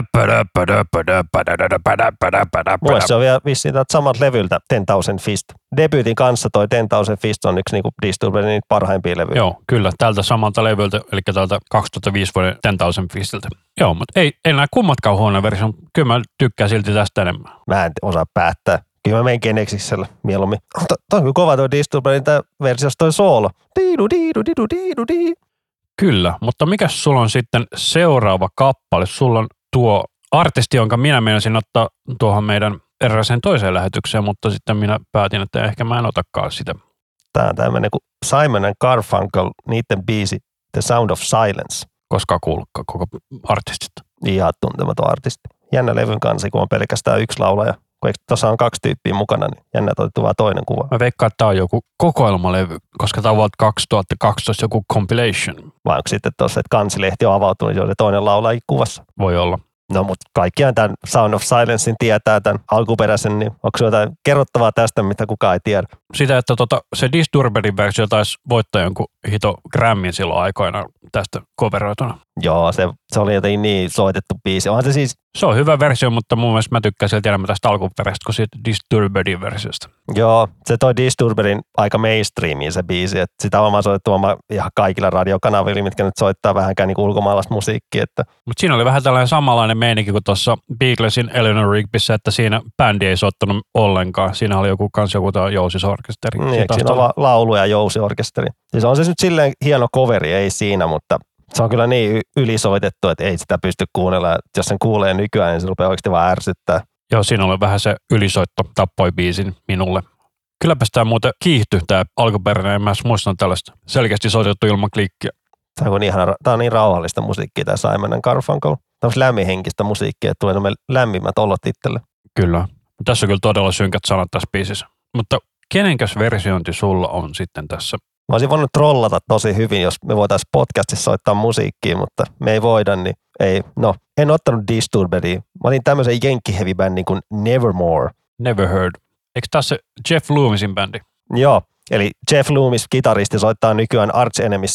Mulle se on vielä vissiin samat levyltä Ten Thousand Fist. Debyytin kanssa toi Ten Thousand Fist on yksi niinku Disturberin parhaimpia levyjä. Joo, kyllä. Tältä samalta levyltä, eli tältä kaksituhattaviisi vuoden Ten Thousand Fistiltä. Joo, mutta ei, ei näe kummatkaan huono versio. Kyllä mä tykkään silti tästä enemmän. Mä en osaa päättää. Kyllä mä menen Genexiksellä mieluummin. To, toi on kyllä kova toi Disturberin tää versiossa toi soolo. Diidu, diidu, diidu, diidu, diidu. Kyllä, mutta mikä sulla on sitten seuraava kappale? Sulla on tuo artisti, jonka minä meinasin ottaa tuohon meidän eräseen toiseen lähetykseen, mutta sitten minä päätin, että ehkä mä en otakaan sitä. Tää on tämmönen kuin Simon and Garfunkel, niiden biisi The Sound of Silence. Koskaan kuullutkaan koko artistista. Ihan tuntematon artisti. Jännä levyn kansi, kun on pelkästään yksi laulaja. Kun tuossa on kaksi tyyppiä mukana, niin jännä, että otettu vaan toinen kuva. Mä veikkaan, että tää on joku kokoelmalevy, koska tää on vuodelta kaksituhattakaksitoista joku compilation. Vai onko sitten tuossa, että kansilehti on avautunut, niin se toinen laulaja kuvassa? Voi olla. No, mutta kaikkiaan tämän Sound of Silencein tietää tämän alkuperäisen, niin onko se jotain kerrottavaa tästä, mitä kukaan ei tiedä? Sitä, että tota, se Disturberin versio taisi voittaa jonkun hito Grammin silloin aikoina tästä coveroituna. Joo, se, se oli jotenkin niin soitettu biisi. Onhan se siis... Se on hyvä versio, mutta mun mielestä mä tykkään silti enemmän tästä alkuperäistä kuin siitä Disturberin versiosta. Joo, se toi Disturberin aika mainstreamiin se biisi, että sitä on vaan soitettu ihan kaikilla radiokanavilla, mitkä nyt soittaa vähänkään niin ulkomaalaista musiikkia. Että... Mutta siinä oli vähän tällainen samanlainen meininki kuin tuossa Beatlesin Eleanor Rigbyssä, että siinä bändi ei soittanut ollenkaan. Siinä oli joku kans joku jousisorkesteri. Niin, siinä on va- laulu ja jousiorkesteri. Siis on se nyt silleen hieno coveri, ei siinä, mutta se on kyllä niin ylisoitettu, että ei sitä pysty kuunnella. Jos sen kuulee nykyään, niin se rupeaa oikeasti vaan ärsyttää. Joo, siinä oli vähän se ylisoitto, tappoi biisin minulle. Kylläpä sitä muuten kiihtyi tämä alkuperäinen, en mä muistan tällaista selkeästi soitettu ilman klikkiä. Tämä on, ihana, tämä on niin rauhallista musiikkia, tämä Simon and Garfunkel. Tämä on lämminhenkistä musiikkia, että tulee lämmimmät olot itselle. Kyllä. Tässä on kyllä todella synkät sanat tässä biisissä. Mutta kenenkäs versiointi sulla on sitten tässä? Mä olisin voinut trollata tosi hyvin, jos me voitaisiin podcastissa soittaa musiikkia, mutta me ei voida, niin ei. No, en ottanut Disturberia. Mä otin tämmöisen jenkki-heavy-bändin kuin Nevermore. Never heard. Eikö tässä se Jeff Loomisin bändi? Joo, eli Jeff Loomis, kitaristi, soittaa nykyään Arch Enemyssä.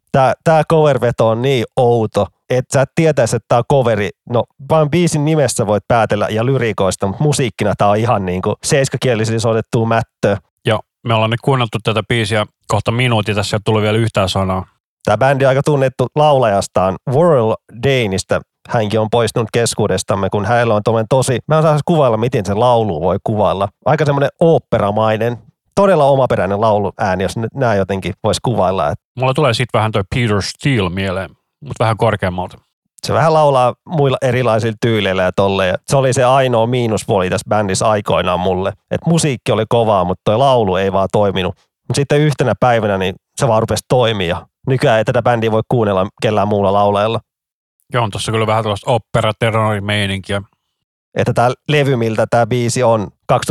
Tää, tää cover-veto on niin outo, että sä et tietäisi, että tää on coveri. No, vaan biisin nimessä voit päätellä ja lyrikoista, mutta musiikkina tää on ihan niinku seiskakielisiä soitettua mättöä. Joo, me ollaan nyt kuunneltu tätä biisiä kohta minuutin, tässä ei ole tullut vielä yhtään sanaa. Tämä bändi on aika tunnettu laulajastaan Warrell Daneista. Hänkin on poistunut keskuudestamme, kun hänellä on tommoinen tosi, mä en saa kuvailla, miten se laulu voi kuvailla. Aika semmoinen oopperamainen, todella omaperäinen lauluääni, jos nämä jotenkin voisi kuvailla. Mulla tulee sitten vähän toi Peter Steele mieleen, mutta vähän korkeammalta. Se vähän laulaa muilla erilaisilla tyyleillä ja tolleen. Se oli se ainoa miinuspuoli tässä bändissä aikoinaan mulle. Että musiikki oli kovaa, mutta toi laulu ei vaan toiminut. Mutta sitten yhtenä päivänä niin se vaan rupesi toimia. Nykyään ei tätä bändiä voi kuunnella kellään muulla laulajalla. Joo, on tossa kyllä vähän tällaista opera-terrorimeininkiä. Että tämä levy, miltä tämä biisi on,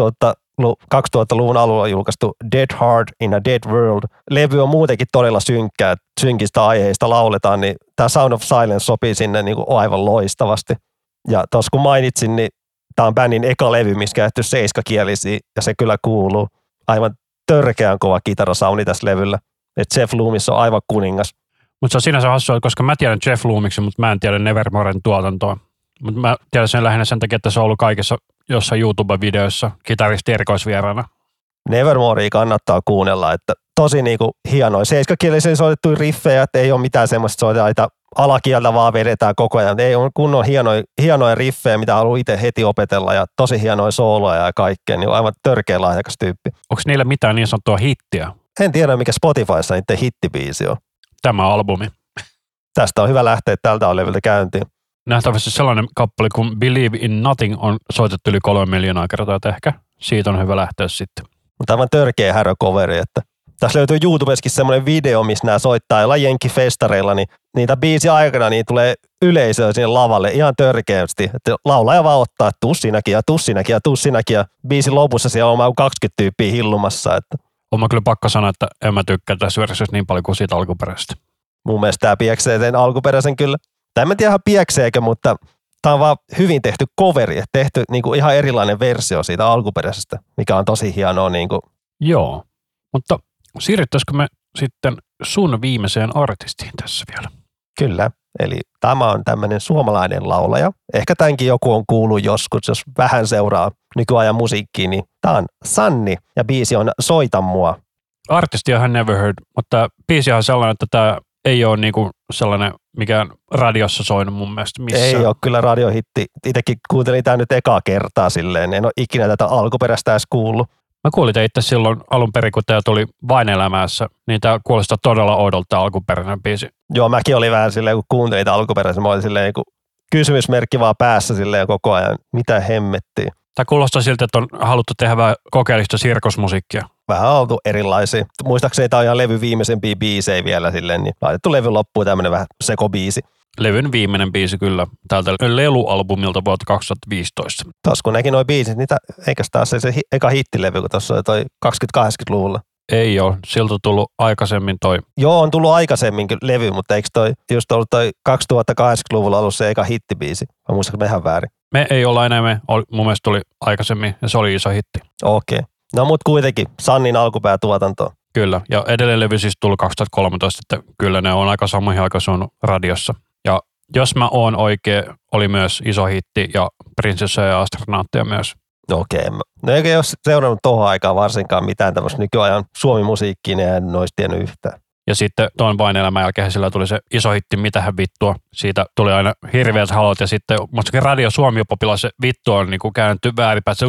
kaksituhattaluvun alulla julkaistu Dead Heart in a Dead World. Levy on muutenkin todella synkkää, synkistä aiheista lauletaan, niin tämä Sound of Silence sopii sinne niin kuin aivan loistavasti. Ja tuossa kun mainitsin, niin tämä on bändin eka levy, missä käytetty seiskakielisiä, ja se kyllä kuuluu. Aivan törkeän kova kitarasouni tässä levyllä. Että Jeff Loomis on aivan kuningas. Mutta se on sinänsä hassua, koska mä tiedän Jeff Loomiksen, mutta mä en tiedä Nevermoren tuotantoa. Mutta mä tiedän sen lähinnä sen takia, että se on ollut kaikessa jossain YouTube-videoissa kitaristi erikoisvieraana. Nevermorea kannattaa kuunnella, että tosi niinku hienoja seiskakielisiä soitettuja riffejä, että ei ole mitään semmoista soitetta alakieltä vaan vedetään koko ajan. Ei ole kunnon hienoja, hienoja riffejä, mitä haluaa itse heti opetella ja tosi hienoja sooloja ja kaikkea, niin on aivan törkeä lahjakas tyyppi. Onko niillä mitään niin sanottua hittiä? En tiedä, mikä Spotifyssa niiden hittibiisi on. Tämä albumi. Tästä on hyvä lähteä tältä on levyltä käyntiin. Nähtävästi sellainen kappale kuin Believe in Nothing on soitettu yli kolme miljoonaa kertaa, että ehkä siitä on hyvä lähteä sitten. Mutta aivan törkeä häröcoveri, että tässä löytyy YouTubeskin semmoinen video, missä nämä soittaa jollain jenkkifestareilla, niin niitä biisi aikana niin tulee yleisöä sinne lavalle ihan törkeästi. Että laulaja vaan ottaa, että tuu sinäkin ja tuu sinäkin ja tuu sinäkin ja biisin lopussa siellä on kaksikymmentä tyyppiä hillumassa. Että on mä kyllä pakko sanoa, että en mä tykkää tässä versiossa niin paljon kuin siitä alkuperäisestä. Mun mielestä tämä pieksee sen alkuperäisen kyllä. Tai en mä tiedä ihan piekseekö, mutta tämä on vaan hyvin tehty coveri, tehty niinku ihan erilainen versio siitä alkuperäisestä, mikä on tosi hienoa. Niinku. Joo, mutta siirryttäisikö me sitten sun viimeiseen artistiin tässä vielä? Kyllä, eli tämä on tämmöinen suomalainen laulaja. Ehkä tämänkin joku on kuullut joskus, jos vähän seuraa nykyajan musiikkiin, niin tämä on Sanni ja biisi on Soita mua. Artistia hän never heard, mutta biisi on sellainen, että tämä ei ole niinku sellainen, mikä radiossa soinut mun mielestä missään. Ei ole kyllä radiohitti. Itsekin kuuntelin tämä nyt ekaa kertaa silleen. En ole ikinä tätä alkuperäistä edes kuullut. Mä kuulin itse silloin alun perin, kun tämä tuli Vain elämässä, niin tämä kuulostaa todella oudolta alkuperäinen biisi. Joo, mäkin olin vähän silleen, kun kuuntelin tämän alkuperäisen, mä olin silleen kun kysymysmerkki vaan päässä silleen koko ajan. Mitä hemmettiin? Tämä kuulostaa siltä, että on haluttu tehdä vähän kokeellista sirkusmusiikkia. Vähän on oltu erilaisia. Muistaakseni tämä on ihan levy viimeisempiä biisejä vielä silleen, niin laitettu levy loppuun tämmöinen vähän sekobiisi. Levyn viimeinen biisi kyllä, täältä Lelu-albumilta vuotta kaksituhattaviisitoista. Tuossa kun näki noi biisit, niitä, eikös taas se, se hi, eka hittilevy, kun tuossa oli toi kaksikymmentä-kahdeksankymmentäluvulla? Ei ole, siltä on tullut aikaisemmin toi. Joo, on tullut aikaisemmin levy, mutta eikö toi just ollut toi kaksituhattakahdeksankymmentäluvulla ollut se eka hittibiisi? Mä muistanko me ihan väärin? Me ei olla enää, me mun mielestä tuli aikaisemmin ja se oli iso hitti. Okei. Okay. No mut kuitenkin, Sannin alkupäätuotanto. Kyllä, ja edelleen levy siis tullut kaksituhattakolmetoista, että kyllä ne on aika samoihin aikaan suunut radiossa. Ja jos mä oon oikein, oli myös iso hitti ja Prinsessa ja astronaatteja myös. Okei, okay. No eikä ole seurannut tohon aikaan varsinkaan mitään tämmöistä nykyajan suomi-musiikkiin, niin en olisi tiennyt yhtään. Ja sitten tuon Vain elämän jälkeen sillä tuli se iso hitti, mitähän vittua. Siitä tuli aina hirveät halot ja sitten muistakin Radio Suomi-popilla se vittu on niin kuin käännetty väärinpäin.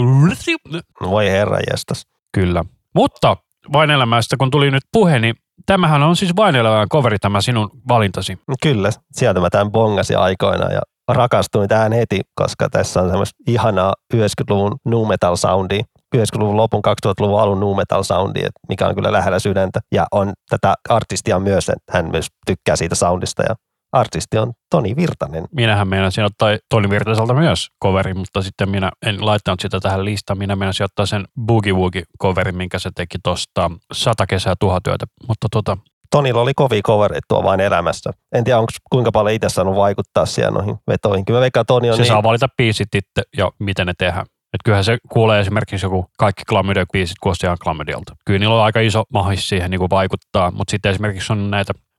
No voi herra jestas. Kyllä. Mutta Vain elämästä kun tuli nyt puhe, niin tämähän on siis Vain elämän coveri tämä sinun valintasi. Kyllä, sieltä mä tämän bongasin aikoinaan ja rakastuin tähän heti, koska tässä on semmoista ihanaa yhdeksänkymmentäluvun nu metal soundia. yhdeksänkymmentäluvun lopun kaksituhattaluvun alun nu metal soundia, mikä on kyllä lähellä sydäntä. Ja on tätä artistia myös, että hän myös tykkää siitä soundista ja artisti on Toni Virtanen. Minähän meinasin ottaa Toni Virtaselta myös coverin, mutta sitten minä en laittanut sitä tähän listaan. Minä meinasin ottaa sen Boogie Woogie coverin, minkä se teki tuosta Sata kesää tuhatyötä. Mutta tota... Tonilla oli kovia coverit tuo Vain elämässä. En tiedä, onko kuinka paljon itse saanut vaikuttaa siellä noihin vetoihin. Kyllä mä veikkaan, Toni on se niin... saa valita biisit itse ja miten ne tehdään. Että kyllähän se kuulee esimerkiksi joku kaikki Chlamydia-biisit kuulostaa ihan Chlamydialta. Kyllä niillä on aika iso mahis siihen niin kuin vaikuttaa, mutta sitten esimerkiksi on näitä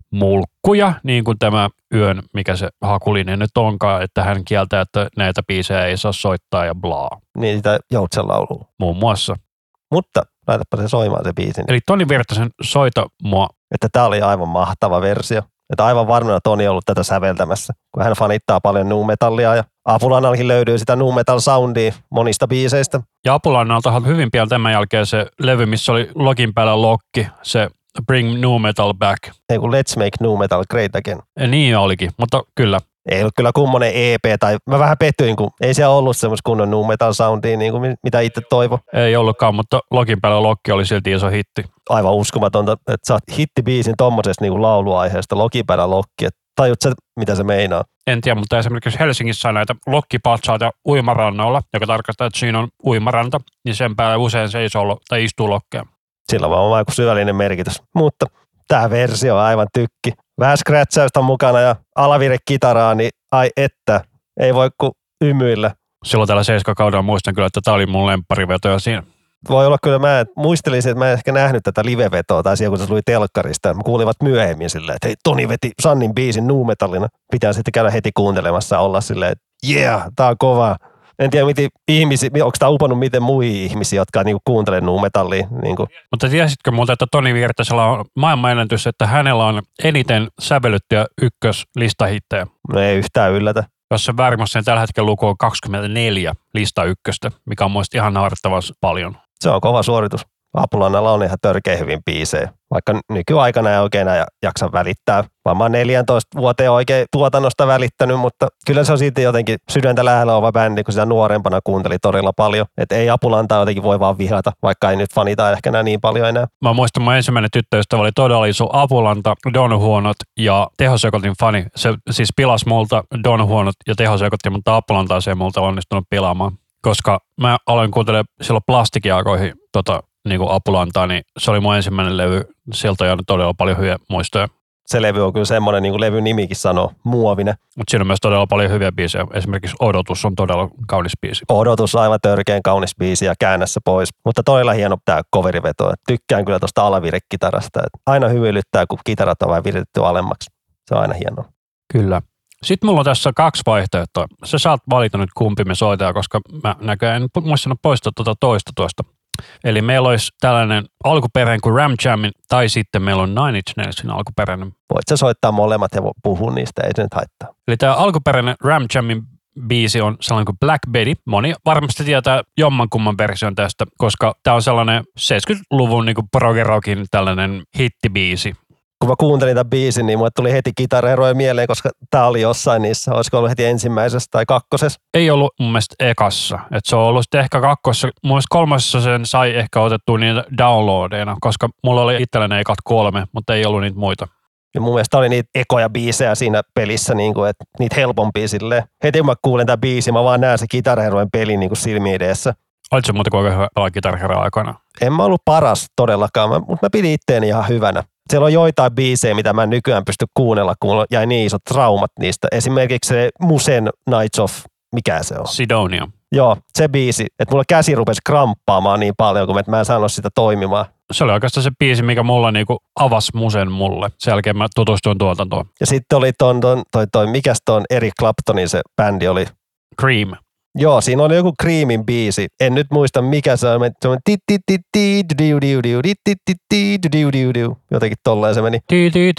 mulkkuja, niin kuin tämä Yön, mikä se hakulinen nyt onkaan, että hän kieltää, että näitä biisejä ei saa soittaa ja blaa. Niin sitä joutsenlaulua. Muun muassa. Mutta laitapa se soimaan se biisi. Eli Toni Virtasen Soita mua. Että tää oli aivan mahtava versio. Että aivan varmana Toni on ollut tätä säveltämässä, kun hän fanittaa paljon nu metallia ja Apulannallekin löytyy sitä nu metal soundia monista biiseistä. Ja Apulannalta hyvin pian tämän jälkeen se levy, missä oli login päällä lokki, se Bring Nu Metal Back. Ei kun Let's Make Nu Metal Great Again. Ja niin olikin, mutta kyllä. Ei ollut kyllä kummonen E P, tai mä vähän pettyin, kun ei siellä ollut semmoista kunnon nu metal soundia, niin kuin mitä itse toivo. Ei ollutkaan, mutta login päällä lokki oli silti iso hitti. Aivan uskomatonta, että saat hittibiisin tommosesta niin kuin lauluaiheesta, login päällä lokki. Tajut sä, mitä se meinaa? En tiedä, mutta esimerkiksi Helsingissä on näitä lokkipatsaita uimarannoilla, joka tarkoittaa, että siinä on uimaranta, niin sen päällä usein seisoo tai istuu lokkeja. Sillä vaan on joku syöllinen merkitys. Mutta tämä versio on aivan tykki. Vähän scratchausta mukana ja alavire kitaraa, niin ai että, ei voi kuin ymyillä. Silloin tällä seiskakaudella muistan kyllä, että tämä oli mun lemppariveto siinä. Voi olla kyllä, mä muistelisin, että mä en ehkä nähnyt tätä livevetoa tai siellä, kun se tuli telkkarista. Mä kuulivat myöhemmin silleen, että hei, Toni veti Sannin biisin nu metallina. Pitää sitten käydä heti kuuntelemassa ja olla silleen, että yeah, tää on kova. En tiedä, miten ihmisiä, onko tämä upannut miten muihin ihmisiä, jotka niinku kuuntelee nu metallia. Niinku. Mutta tiesitkö muuten, että Toni Virtasella on maailmanennätys, että hänellä on eniten sävellyttyjä ykköslistahittejä? No ei yhtään yllätä. Jos se väärimmässä, niin tällä hetkellä luku on kaksikymmentäneljä lista ykköstä, mikä on mielestäni ihan naurettavan paljon. Se on kova suoritus. Apulannalla on ihan törkeä hyvin biisejä. Vaikka nykyaikana ei oikein enää jaksa välittää. Varmaan neljätoista vuoteen oikein tuotannosta välittänyt, mutta kyllä se on silti jotenkin sydäntä lähellä oleva bändi, kun sitä nuorempana kuunteli todella paljon. Että ei Apulantaa jotenkin voi vaan vihata, vaikka ei nyt fanita ehkä enää niin paljon enää. Mä muistan, mun ensimmäinen tyttöystävä oli todella iso Apulanta, Don Huonot ja Tehosekotin fani. Se siis pilasi multa Don Huonot ja Tehosekotin, mutta Apulantaa se ei multa onnistunut pilaamaan. Koska mä aloin kuuntelemaan silloin plastikiaikoihin tota, niin kuin Apulantaa, niin se oli mun ensimmäinen levy. Sieltä on jäänyt todella paljon hyviä muistoja. Se levy on kyllä semmoinen, niin kuin levyn nimikin sanoo, muovinen. Mutta siinä on myös todella paljon hyviä biisejä. Esimerkiksi Odotus on todella kaunis biisi. Odotus on aivan törkeän kaunis biisi ja käännässä pois. Mutta todella hieno tämä coveriveto. Tykkään kyllä tuosta alavirekitarasta. Aina hymyilyttää, kun kitarat on vähän viritetty alemmaksi. Se on aina hienoa. Kyllä. Sitten mulla on tässä kaksi vaihtoehtoa. Sä saat valita nyt kumpi me soitetaan, koska mä näköjään en muistanut poistaa tuota toista tuosta. Eli meillä olisi tällainen alkuperäinen kuin Ram Jamin, tai sitten meillä on Nine Inch Nailsin alkuperäinen. Voit sä soittaa molemmat ja puhua niistä, ei se nyt haittaa. Eli tämä alkuperäinen Ram Jamin biisi on sellainen kuin Black Betty. Moni varmasti tietää jommankumman version tästä, koska tämä on sellainen seitsemänkymmentäluvun niin kuin prog-rockin tällainen hittibiisi. Kun mä kuuntelin tämän biisin, niin mulle tuli heti kitaraeroja mieleen, koska tää oli jossain niissä. Olisiko ollut heti ensimmäisessä tai kakkosessa? Ei ollut mun mielestä ekassa. Et se on ollut sitten ehkä kakkosessa. Mun mielestä kolmosessa sen sai ehkä otettua niitä downloadeina, koska mulla oli itselleni ekat kolme, mutta ei ollut niitä muita. Ja mun mielestä oli niitä ekoja biisejä siinä pelissä, niin kuin, että niitä helpompia silleen. Heti kun mä kuulen tämän biisin, mä vaan näen se kitaraerojen pelin niin silmiin edessä. Olitko muuten kuinka hyvä pelaa kitaraherran aikana? En mä ollut paras todellakaan, mutta mä pidin itteeni ihan hyvänä. Siellä on joitain biisejä, mitä mä nykyään pysty kuunnella, kun jäi niin isot traumat niistä. Esimerkiksi se Musen Nights of, mikä se on? Sidonia. Joo, se biisi, että mulla käsi rupesi kramppaamaan niin paljon, kun mä en saanut sitä toimimaan. Se oli oikeastaan se biisi, mikä mulla niinku avasi Musen mulle. Sen jälkeen mä tutustuin tuotantoon. Ja sitten oli ton, ton toi, toi, mikäs ton Eric Claptonin se bändi oli? Cream. Joo, siinä oli joku Creamin biisi. En nyt muista mikä se on. Se on jotenkin tolleen se meni.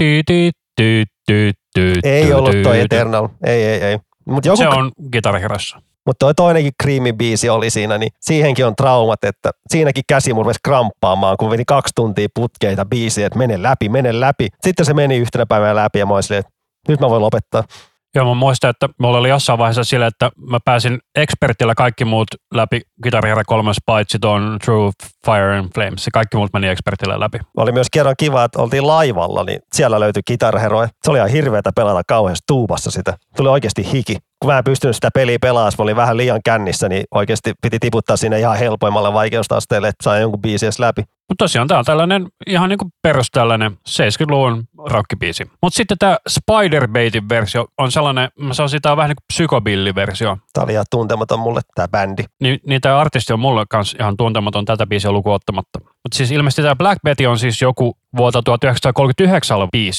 Ei ollut toi Eternal. Ei, ei, ei. Mut joku... Se on kitaraherrassa. Mutta toi toinenkin Creamin biisi oli siinä, niin siihenkin on traumat, että siinäkin käsi mun rupesi kramppaamaan, kun meni kaksi tuntia putkeita biisiä, että mene läpi, mene läpi. Sitten se meni yhtenä päivänä läpi ja mä olin silleen, että nyt mä voin lopettaa. Joo, mä muistan, että mulla oli jossain vaiheessa sille, että mä pääsin expertillä kaikki muut läpi kitaraherra kolmas paitsi tuon True Fire and Flames. Se kaikki muut meni expertillä läpi. Oli myös kerran kiva, että oltiin laivalla, niin siellä löytyi kitaraheroja. Se oli ihan hirveätä pelata kauheassa tuubassa sitä. Tuli oikeasti hiki. Kun mä en pystynyt sitä peliä pelaamaan, mä olin vähän liian kännissä, niin oikeasti piti tiputtaa sinne ihan helpoimmalle vaikeusasteelle, että sai jonkun biisi edes läpi. Mutta tosiaan tää on tällainen ihan niinku perus tällainen seitsemänkymmentäluvun rockibiisi. Mutta sitten tää Spider-Baitin versio on sellainen, mä sanoisin, tää on vähän niin kuin psykobilli-versio. Tää oli ihan tuntematon mulle, tää bändi. Ni, niin tää artisti on mulle kanssa ihan tuntematon tätä biisiä lukuun ottamatta. Mutta siis ilmeisesti tää Black Betty on siis joku vuotta tuhatyhdeksänsataakolmekymmentäyhdeksän biisi.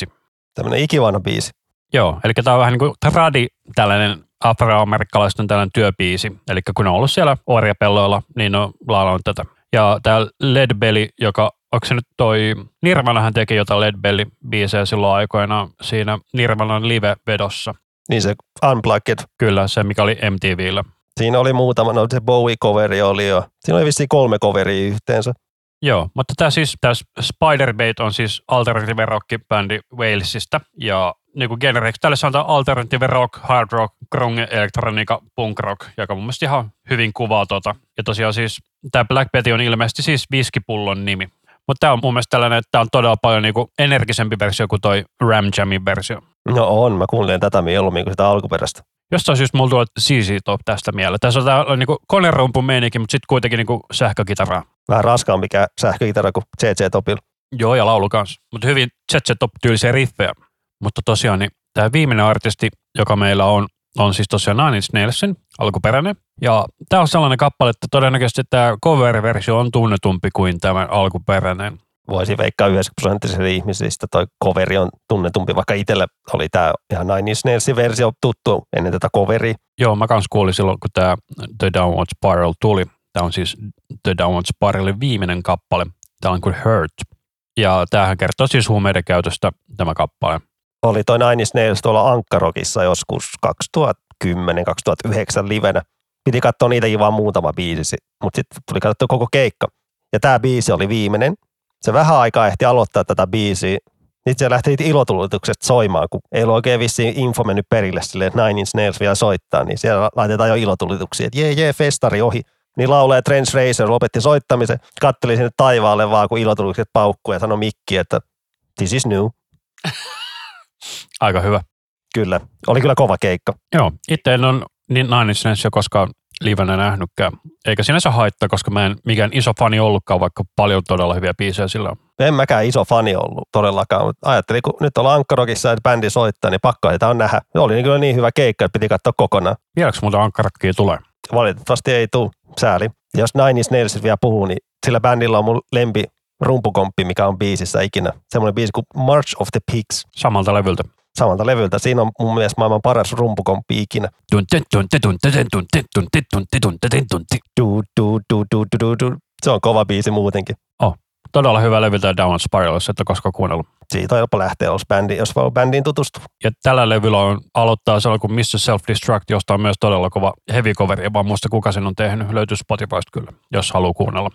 Tämmöinen ikivanha biisi. Joo, eli tämä on vähän niin kuin tradi, tällainen afroamerikkalaisten tällainen työbiisi. Eli kun ne on ollut siellä orjapelloilla, niin ne on laulanut tätä. Ja tämä Lead Belly, joka, onko se nyt toi, Nirvanahan teki jotain Lead Belly-biisejä silloin aikoinaan siinä Nirvanan live-vedossa. Niin se Unplugged. Kyllä, se mikä oli M T V:llä. Siinä oli muutama, no se Bowie-coveri oli jo. Siinä oli vissiin kolme coveria yhteensä. Joo, mutta tämä siis, tämä Spiderbait on siis alternative rock-bändi Walesista. Ja niin kuin generiksi tälle sanotaan alternative rock, hard rock, grunge, elektroniikka, punk rock, joka mun mielestä ihan hyvin kuvaa tota. Ja tosiaan siis tämä Black Betty on ilmeisesti siis viskipullon nimi. Mutta tämä on mun mielestä tällainen, että tämä on todella paljon niin kuin energisempi versio kuin toi Ram Jamin versio. No on, mä kuuntelen tätä mieluummin kuin sitä alkuperäistä. Jostain syystä mulla tulee C C Top tästä mieleen. Tässä on tämä niin konerumpun meininki, mutta sitten kuitenkin niin kuin sähkökitaraa. Vähän raskaampi sähkökitara kuin C C Topilla. Joo, ja laulu kanssa. Mutta hyvin C C Top-tyylisiä riffejä. Mutta tosiaan niin tämä viimeinen artisti, joka meillä on, on siis tosiaan Nine Inch Nailsin alkuperäinen. Ja tämä on sellainen kappale, että todennäköisesti tämä cover-versio on tunnetumpi kuin tämä alkuperäinen. Voisi veikkaa yhdeksänkymmentä prosenttisille ihmisistä toi coveri on tunnetumpi, vaikka itsellä oli tämä ihan Nine Inch Nailsin versio tuttu ennen tätä coveria. Joo, mä kans kuulin silloin, kun tämä The Downward Spiral tuli. Tämä on siis The Downward Spiralin viimeinen kappale. Tämä on kuin Hurt. Ja tämähän kertoo siis huumeiden käytöstä tämä kappale. Oli toi Nine Inch Nails tuolla Ankkarokissa joskus kaksituhattakymmenen kaksituhattayhdeksän livenä. Piti katsoa niitäkin vaan muutama biisi, mutta sitten tuli katsottua koko keikka. Ja tämä biisi oli viimeinen. Se vähän aikaa ehti aloittaa tätä biisiä. Sitten se lähti ilotulitukset soimaan, kun ei ollut oikein vissiin info mennyt perille silleen, että Nine Inch Nails vielä soittaa, niin siellä laitetaan jo ilotulituksia, että jee jee, festari ohi. Niin laulaja Trent Reznor lopetti soittamisen, katteli sinne taivaalle vaan, kun ilotulitukset paukkuu ja sanoi mikki, että this is new. Aika hyvä. Kyllä, oli kyllä kova keikka. Joo, itse en ole Nine Inch Nailsia koskaan livenä nähnytkään. Eikä sinänsä haittaa, koska mä en mikään iso fani ollutkaan, vaikka paljon todella hyviä biisejä sillä on. En mäkään iso fani ollut todellakaan, mutta ajattelin, kun nyt ollaan Ankkarokissa ja bändi soittaa, niin pakko sitä on nähdä. Se oli kyllä niin hyvä keikka, että piti katsoa kokonaan. Vieläkö muuta Ankkarokkia tulee? Valitettavasti ei tule, sääli. Jos Nine Inch Nails vielä puhuu, niin sillä bändillä on mun lempi rumpukomppi, mikä on biisissä ikinä. Semmoinen biisi kuin March of the Pigs. Samalta levyltä. Samalta levyltä. Siinä on mun mielestä maailman paras rumpukomppi ikinä. Se on kova biisi muutenkin. Oh, todella hyvä levyltä Downward Spiral, jos et ole koskaan kuunnellut. Siitä on helppo lähteä, jos, bändi, jos vaan bändiin tutustuu. Ja tällä levyllä on aloittaa sellainen kuin mister Self-Destruct, josta on myös todella kova heavy cover, ja vaan muista kuka sen on tehnyt. Löytyy Spotifysta kyllä, jos haluaa kuunnella.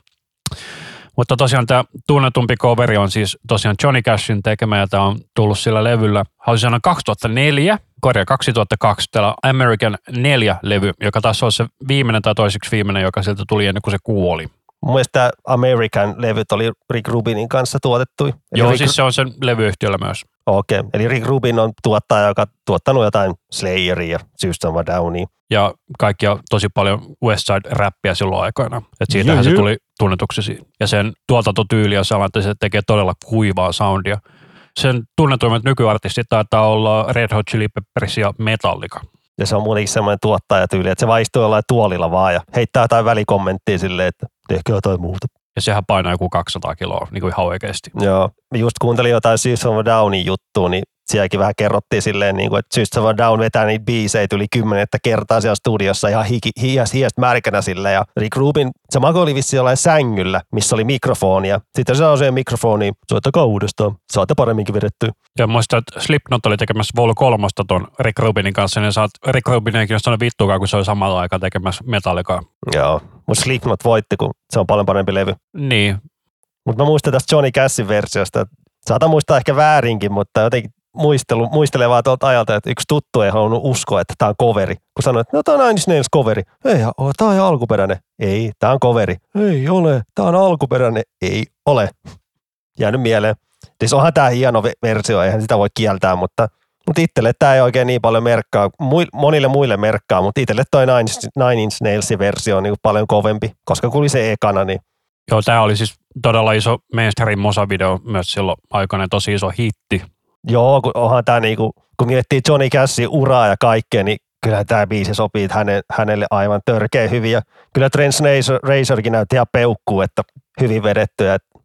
Mutta tosiaan tämä tunnetumpi coveri on siis tosiaan Johnny Cashin tekemä, ja tämä on tullut sillä levyllä. Haluaisin sanoa kaksituhattaneljä, korjaa kaksituhattakaksi, täällä American neljä-levy, joka taas on se viimeinen tai toiseksi viimeinen, joka sieltä tuli ennen kuin se kuoli. Mun mielestä tämä American-levyt oli Rick Rubinin kanssa tuotettu. Joo, Rick... siis se on sen levyyhtiöllä myös. Okei, okay. Eli Rick Rubin on tuottaja, joka on tuottanut jotain Slayeria ja System of a Downia. Ja kaikkia tosi paljon West Side-räppiä silloin aikoina. Että siitähän se tuli tunnetuksi. Ja sen tuotantotyyli on sellainen, että se tekee todella kuivaa soundia. Sen tunnetuimmat nykyartistit taitaa olla Red Hot Chili Peppers ja Metallica. Ja se on muutenkin semmoinen tuottajatyyli, että se vaistuu jollain tuolilla vaan ja heittää jotain välikommenttia silleen, että tehkää jotain muuta. Ja sehän painaa joku kaksisataa kiloa, niin kuin ihan oikeasti. Joo. Mä just kuuntelin jotain System of a Downin juttua, niin sielläkin vähän kerrottiin silleen, niin kuin, että System of a Down vetää niitä biisejä yli kymmenettä kertaa siellä studiossa ihan hiästä hiäst märkänä silleen. Ja Rick Rubin, se mako oli vissiin jollain sängyllä, missä oli mikrofoni. Ja sitten se on siihen mikrofoniin, soittakaa uudestaan, saatte paremminkin vedettyä. Ja muistan, että Slipknot oli tekemässä Vol kolmosta ton Rick Rubinin kanssa, niin saat Rick Rubininkin jostain vittuakaan, kun se oli samalla aikaa tekemässä Metallicaa. Joo, mutta Slipknot voitti, kun se on paljon parempi levy. Niin. Mutta mä muistan tästä Johnny Cashin versiosta, että saatan muistaa ehkä väärinkin, mutta jotenkin muistelu, muistelee vaan tuolta ajalta, että yksi tuttu ei halunnut uskoa, että tämä on coveri. Kun sanoi, että no tämä on Nine Inch Nails coveri. Ei, tämä on ihan alkuperäinen. Ei, tämä on coveri. Ei ole, tämä on alkuperäinen. Ei ole. Jäänyt mieleen. Siis onhan tämä hieno versio, eihän sitä voi kieltää, mutta, mutta itselle tämä ei oikein niin paljon merkkaa. Monille muille merkkaa, mutta itselle toi Nine Inch Nailsin versio on niin paljon kovempi, koska kun oli se ekana, niin joo, tämä oli siis todella iso mainstream musavideo myös silloin aikana, tosi iso hitti. Joo, kun onhan tämä niinku, kun miettii Johnny Cashin uraa ja kaikkea, niin kyllä tämä biisi sopii häne, hänelle aivan törkeä hyvin. Ja kyllä Trent Reznorkin näytti ihan peukkuu, että hyvin vedetty. Ja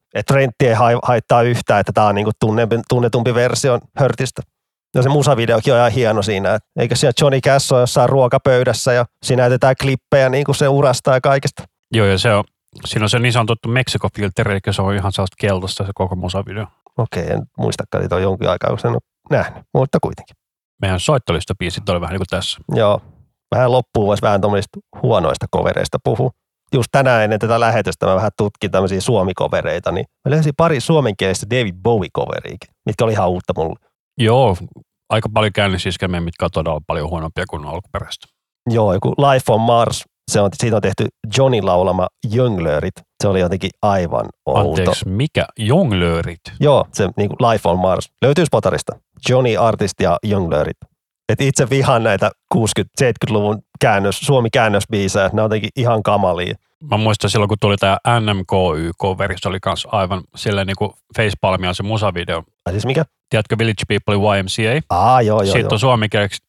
Että Trentti ei haittaa yhtään, että tämä on niinku tunnetumpi versio Hurtista. Ja se musavideokin on ihan hieno siinä, että eikä siellä Johnny Cash ole jossain ruokapöydässä ja siinä näytetään klippejä niin kuin se urasta ja kaikesta. Joo, ja se on, siinä on se niin sanottu Mexico-filteri, eli se on ihan sellaista keltaista se koko musavideo. Okei, en muistakaan, että on jonkin aikaa, kun sen on nähnyt, mutta kuitenkin. Meidän soittolistabiisit oli vähän niin kuin tässä. Joo, vähän loppuun voisi vähän tuommoista huonoista kovereista puhua. Just tänään ennen tätä lähetystä mä vähän tutkin tämmöisiä suomikovereita, niin mä löysin pari suomenkielistä David Bowie-coveriikin, mitkä oli ihan uutta mulle. Joo, aika paljon käynnissä mitkä on todella paljon huonompia kuin alkuperäistä. Joo, joku Life on Mars, se on, siitä on tehty Johnny laulama Jonglöörit. Se oli jotenkin aivan outo. Anteeksi, mikä? Jonglöörit? Joo, se niin kuin Life on Mars. Löytyy Spotarista. Johnny Artist ja Jonglöörit. Et itse vihaan näitä kuusikymmentä-seitsemänkymmentäluvun käännös, Suomi-käännösbiisejä. Ne on jotenkin ihan kamalia. Mä muistan silloin, kun tuli tämä N M K Y-coveri, se oli kans aivan silleen niin kuin facepalmia se musavideo. Ai siis mikä? Tiedätkö Village People Y M C A? Aa, joo, joo, Sitten joo. on suomikieleksi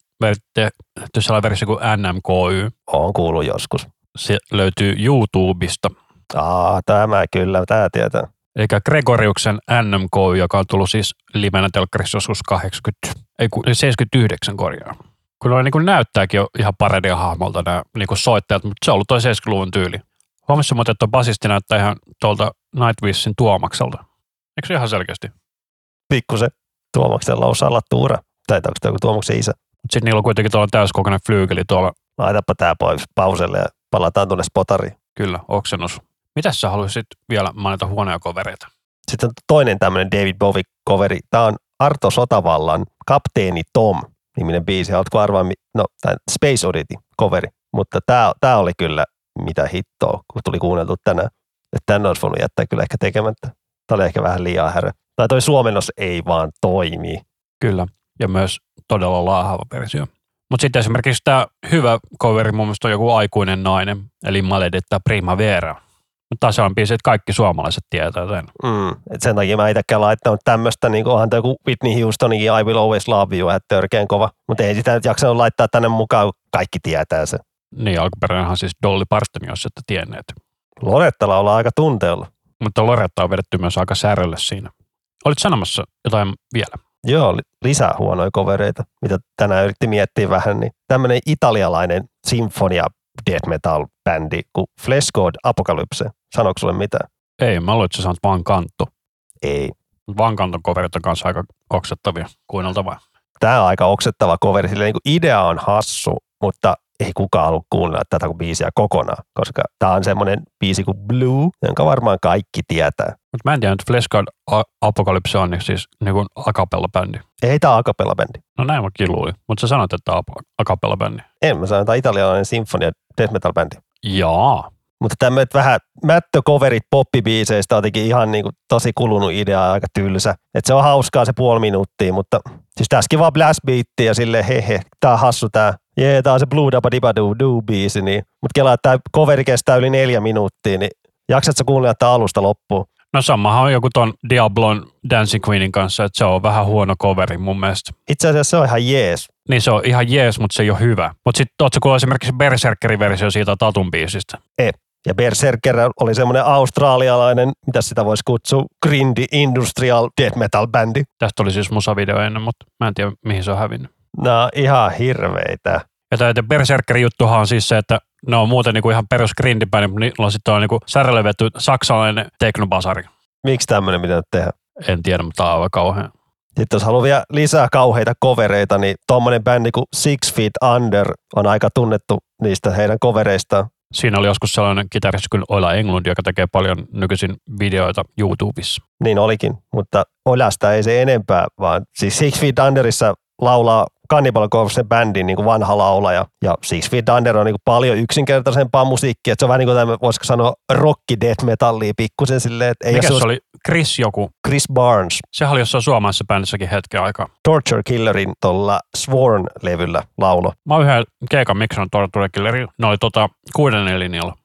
tehty sellainen versio kuin N M K Y. Oon kuullut joskus. Se löytyy YouTubesta. Aa, tämä kyllä, tämä tietää. Eli Gregoriuksen N M K Y, joka on tullut siis livenä telkkarissa joskus kahdeksankymmentä, ei seitsemänkymmentäyhdeksän korjaa. Kun ne niin näyttääkin jo ihan paradia hahmolta nämä niin soittajat, mutta se on ollut toi seitsemänkymmentäluvun tyyli. Huomasitko muuten, että basisti näyttää ihan tuolta Nightwishin Tuomakselta. Eikö se ihan selkeästi? Pikkusen Tuomaksella on salattu ura. Tai onko tämä Tuomaksen isä? Mutta sitten niillä on kuitenkin tuolla täyskokoinen flyygeli tuolla. Laitapa tämä pois pauselle ja palataan tuonne Spotariin. Kyllä, oksennus. Mitäs sä haluaisit vielä mainita huonoja kovereita? Sitten on toinen tämmöinen David Bowie-coveri. Tämä on Arto Sotavallan Kapteeni Tom -niminen biisi. Haluatko arvaa? No, tämä Space Oddity-coveri. Mutta tämä, tämä oli kyllä mitä hittoa, kun tuli kuunneltu tänään. Että tänne olisi voinut jättää kyllä ehkä tekemättä. Tämä oli ehkä vähän liian härä. Tai toi suomennos ei vaan toimi. Kyllä, ja myös todella laahava versio. Mutta sitten esimerkiksi tämä hyvä coveri mun mielestä on joku aikuinen nainen, eli Maledetta Primavera. Mutta taas on biisi, että kaikki suomalaiset tietää tämän. Mm, et sen takia mä itsekään laittanut tämmöistä, niin kuin onhan joku Whitney Houstonin I Will Always Love You, että törkeän kova. Mutta ei sitä nyt jaksanut laittaa tänne mukaan, kun kaikki tietää se. Niin, alkuperäinenhän siis Dolly Parton, jos ette tienneet. Loretta laulaa aika tunteella. Mutta Loretta on vedetty myös aika särölle siinä. Olit sanomassa jotain vielä? Joo, lisää huonoja covereita, mitä tänään yritti miettiä vähän. Niin tämmöinen italialainen sinfonia death metal bändi kuin Flesh God Apocalypse. Sanoiko sulle mitään? Ei, mä luulen, että sä sanot Van Canto. Ei. Van Canton coverit on kanssa aika oksettavia, kuunneltavaa. Tämä on aika oksettava coveri, sillä niin kuin idea on hassu, mutta ei kukaan halua kuunnella tätä kuin biisiä kokonaan, koska tämä on semmoinen biisi kuin Blue, jonka varmaan kaikki tietää. Mutta mä en tiedä, että Flesh God Apocalypse on niin siis niin kuin a cappella-bändi. Ei tämä a cappella-bändi. No näin mäkin luulin, mutta sä sanoit, että tämä on a cappella-bändi. En, mä sanon, että tämä on italialainen sinfonia death metal-bändi. Jaa. Mutta tämmöiset vähän mättöcoverit poppibiiseistä on jotenkin ihan niin kuin tosi kulunut idea ja aika tylsä. Että se on hauskaa se puoli minuuttia, mutta siis tässäkin vaan blast beattiä ja silleen hehe, tää on hassu tää. Jee, tää on se Blue Dabba Dibba Doo Doo biisi, niin. Mutta kelaa, että tää coveri kestää yli neljä minuuttia, niin jaksat sä kuunnella tää alusta loppuun? No samahan on joku ton Diablon Dancing Queenin kanssa, että se on vähän huono coveri mun mielestä. Itse asiassa se on ihan jees. Niin se on ihan jees, mutta se ei ole hyvä. Mutta sitten ootko kuullut esimerkiksi Berserkerin versio siitä Tatun biisistä? Ei. Ja Berserker oli semmoinen australialainen, mitä sitä voisi kutsua, grindy industrial death metal bändi. Tästä oli siis musavideo ennen, mutta mä en tiedä mihin se on hävinnyt. No ihan hirveitä. Ja tämä Berserkerin juttuhan on siis se, että ne on muuten niinku ihan perus grindibändi, mutta niillä on sitten niinku särjelle vetty saksalainen teknobasari. Miksi tämmöinen pitää tehdä? En tiedä, mutta tämä on aivan kauhean. Sitten jos haluaa vielä lisää kauheita covereita, niin tommonen bändi kuin Six Feet Under on aika tunnettu niistä heidän covereistaan. Siinä oli joskus sellainen kitaristi kuin Ola Englund, joka tekee paljon nykyisin videoita YouTubessa. Niin olikin, mutta Olasta ei se enempää, vaan siis Six Feet Underissa laulaa Cannibal Corpsen bändin niin kuin vanha laulaja. Ja Six Feet Under on niin kuin paljon yksinkertaisempaa musiikkia. Että se on vähän niin kuin tämä, voisiko sanoa, rocky death metallia pikkusen silleen. Että ei mikä se olisi... oli? Chris joku? Chris Barnes. Sehän oli jossain suomalaisessa bändissäkin hetken aikaa. Torture Killerin tuolla Sworn-levyllä laulo. Mä oon yhden keikan miksan Torture Killerin. Ne oli tota kuudennen linjalla.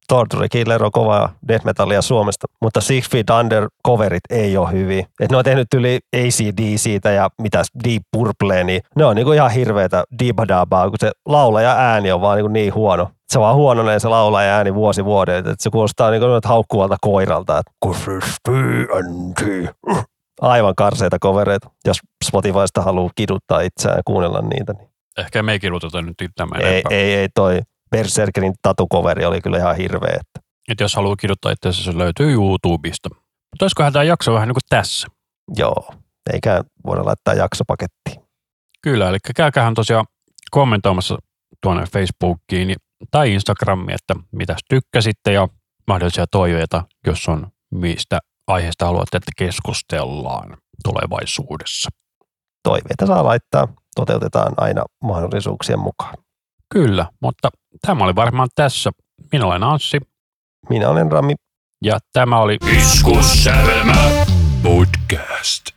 Torture Killer on kovaa death metallia Suomesta, mutta Six Feet Under coverit ei ole hyviä. Et ne on tehnyt yli A C D siitä ja mitäs Deep Purple, niin ne on niinku ihan hirveetä diibadabaa, kun se laulaja ääni on vaan niinku niin huono. Se vaan huononee se laulaja ääni vuosi vuodelta, että se kuulostaa niinku haukkuvalta koiralta. Aivan karseita covereita, jos Spotifysta haluaa kiduttaa itseään ja kuunnella niitä. Niin. Ehkä me ei kiduteta nyt itseämme ei, ei, ei, toi Berserkerin tatukoveri oli kyllä ihan hirveä. Että. Et jos haluaa kiduttaa itseänsä, se löytyy YouTubesta. Mutta olisikohan tämä jakso vähän niin kuin tässä? Joo, eikä voida laittaa jaksopakettiin. Kyllä, eli käykäähän tosiaan kommentoimassa tuonne Facebookiin tai Instagramiin, että mitäs tykkäsitte ja mahdollisia toiveita, jos on mistä aiheesta haluatte, että keskustellaan tulevaisuudessa. Toiveita saa laittaa, toteutetaan aina mahdollisuuksien mukaan. Kyllä, mutta tämä oli varmaan tässä. Minä olen Anssi. Minä olen Rami. Ja tämä oli Iskussävelmä podcast.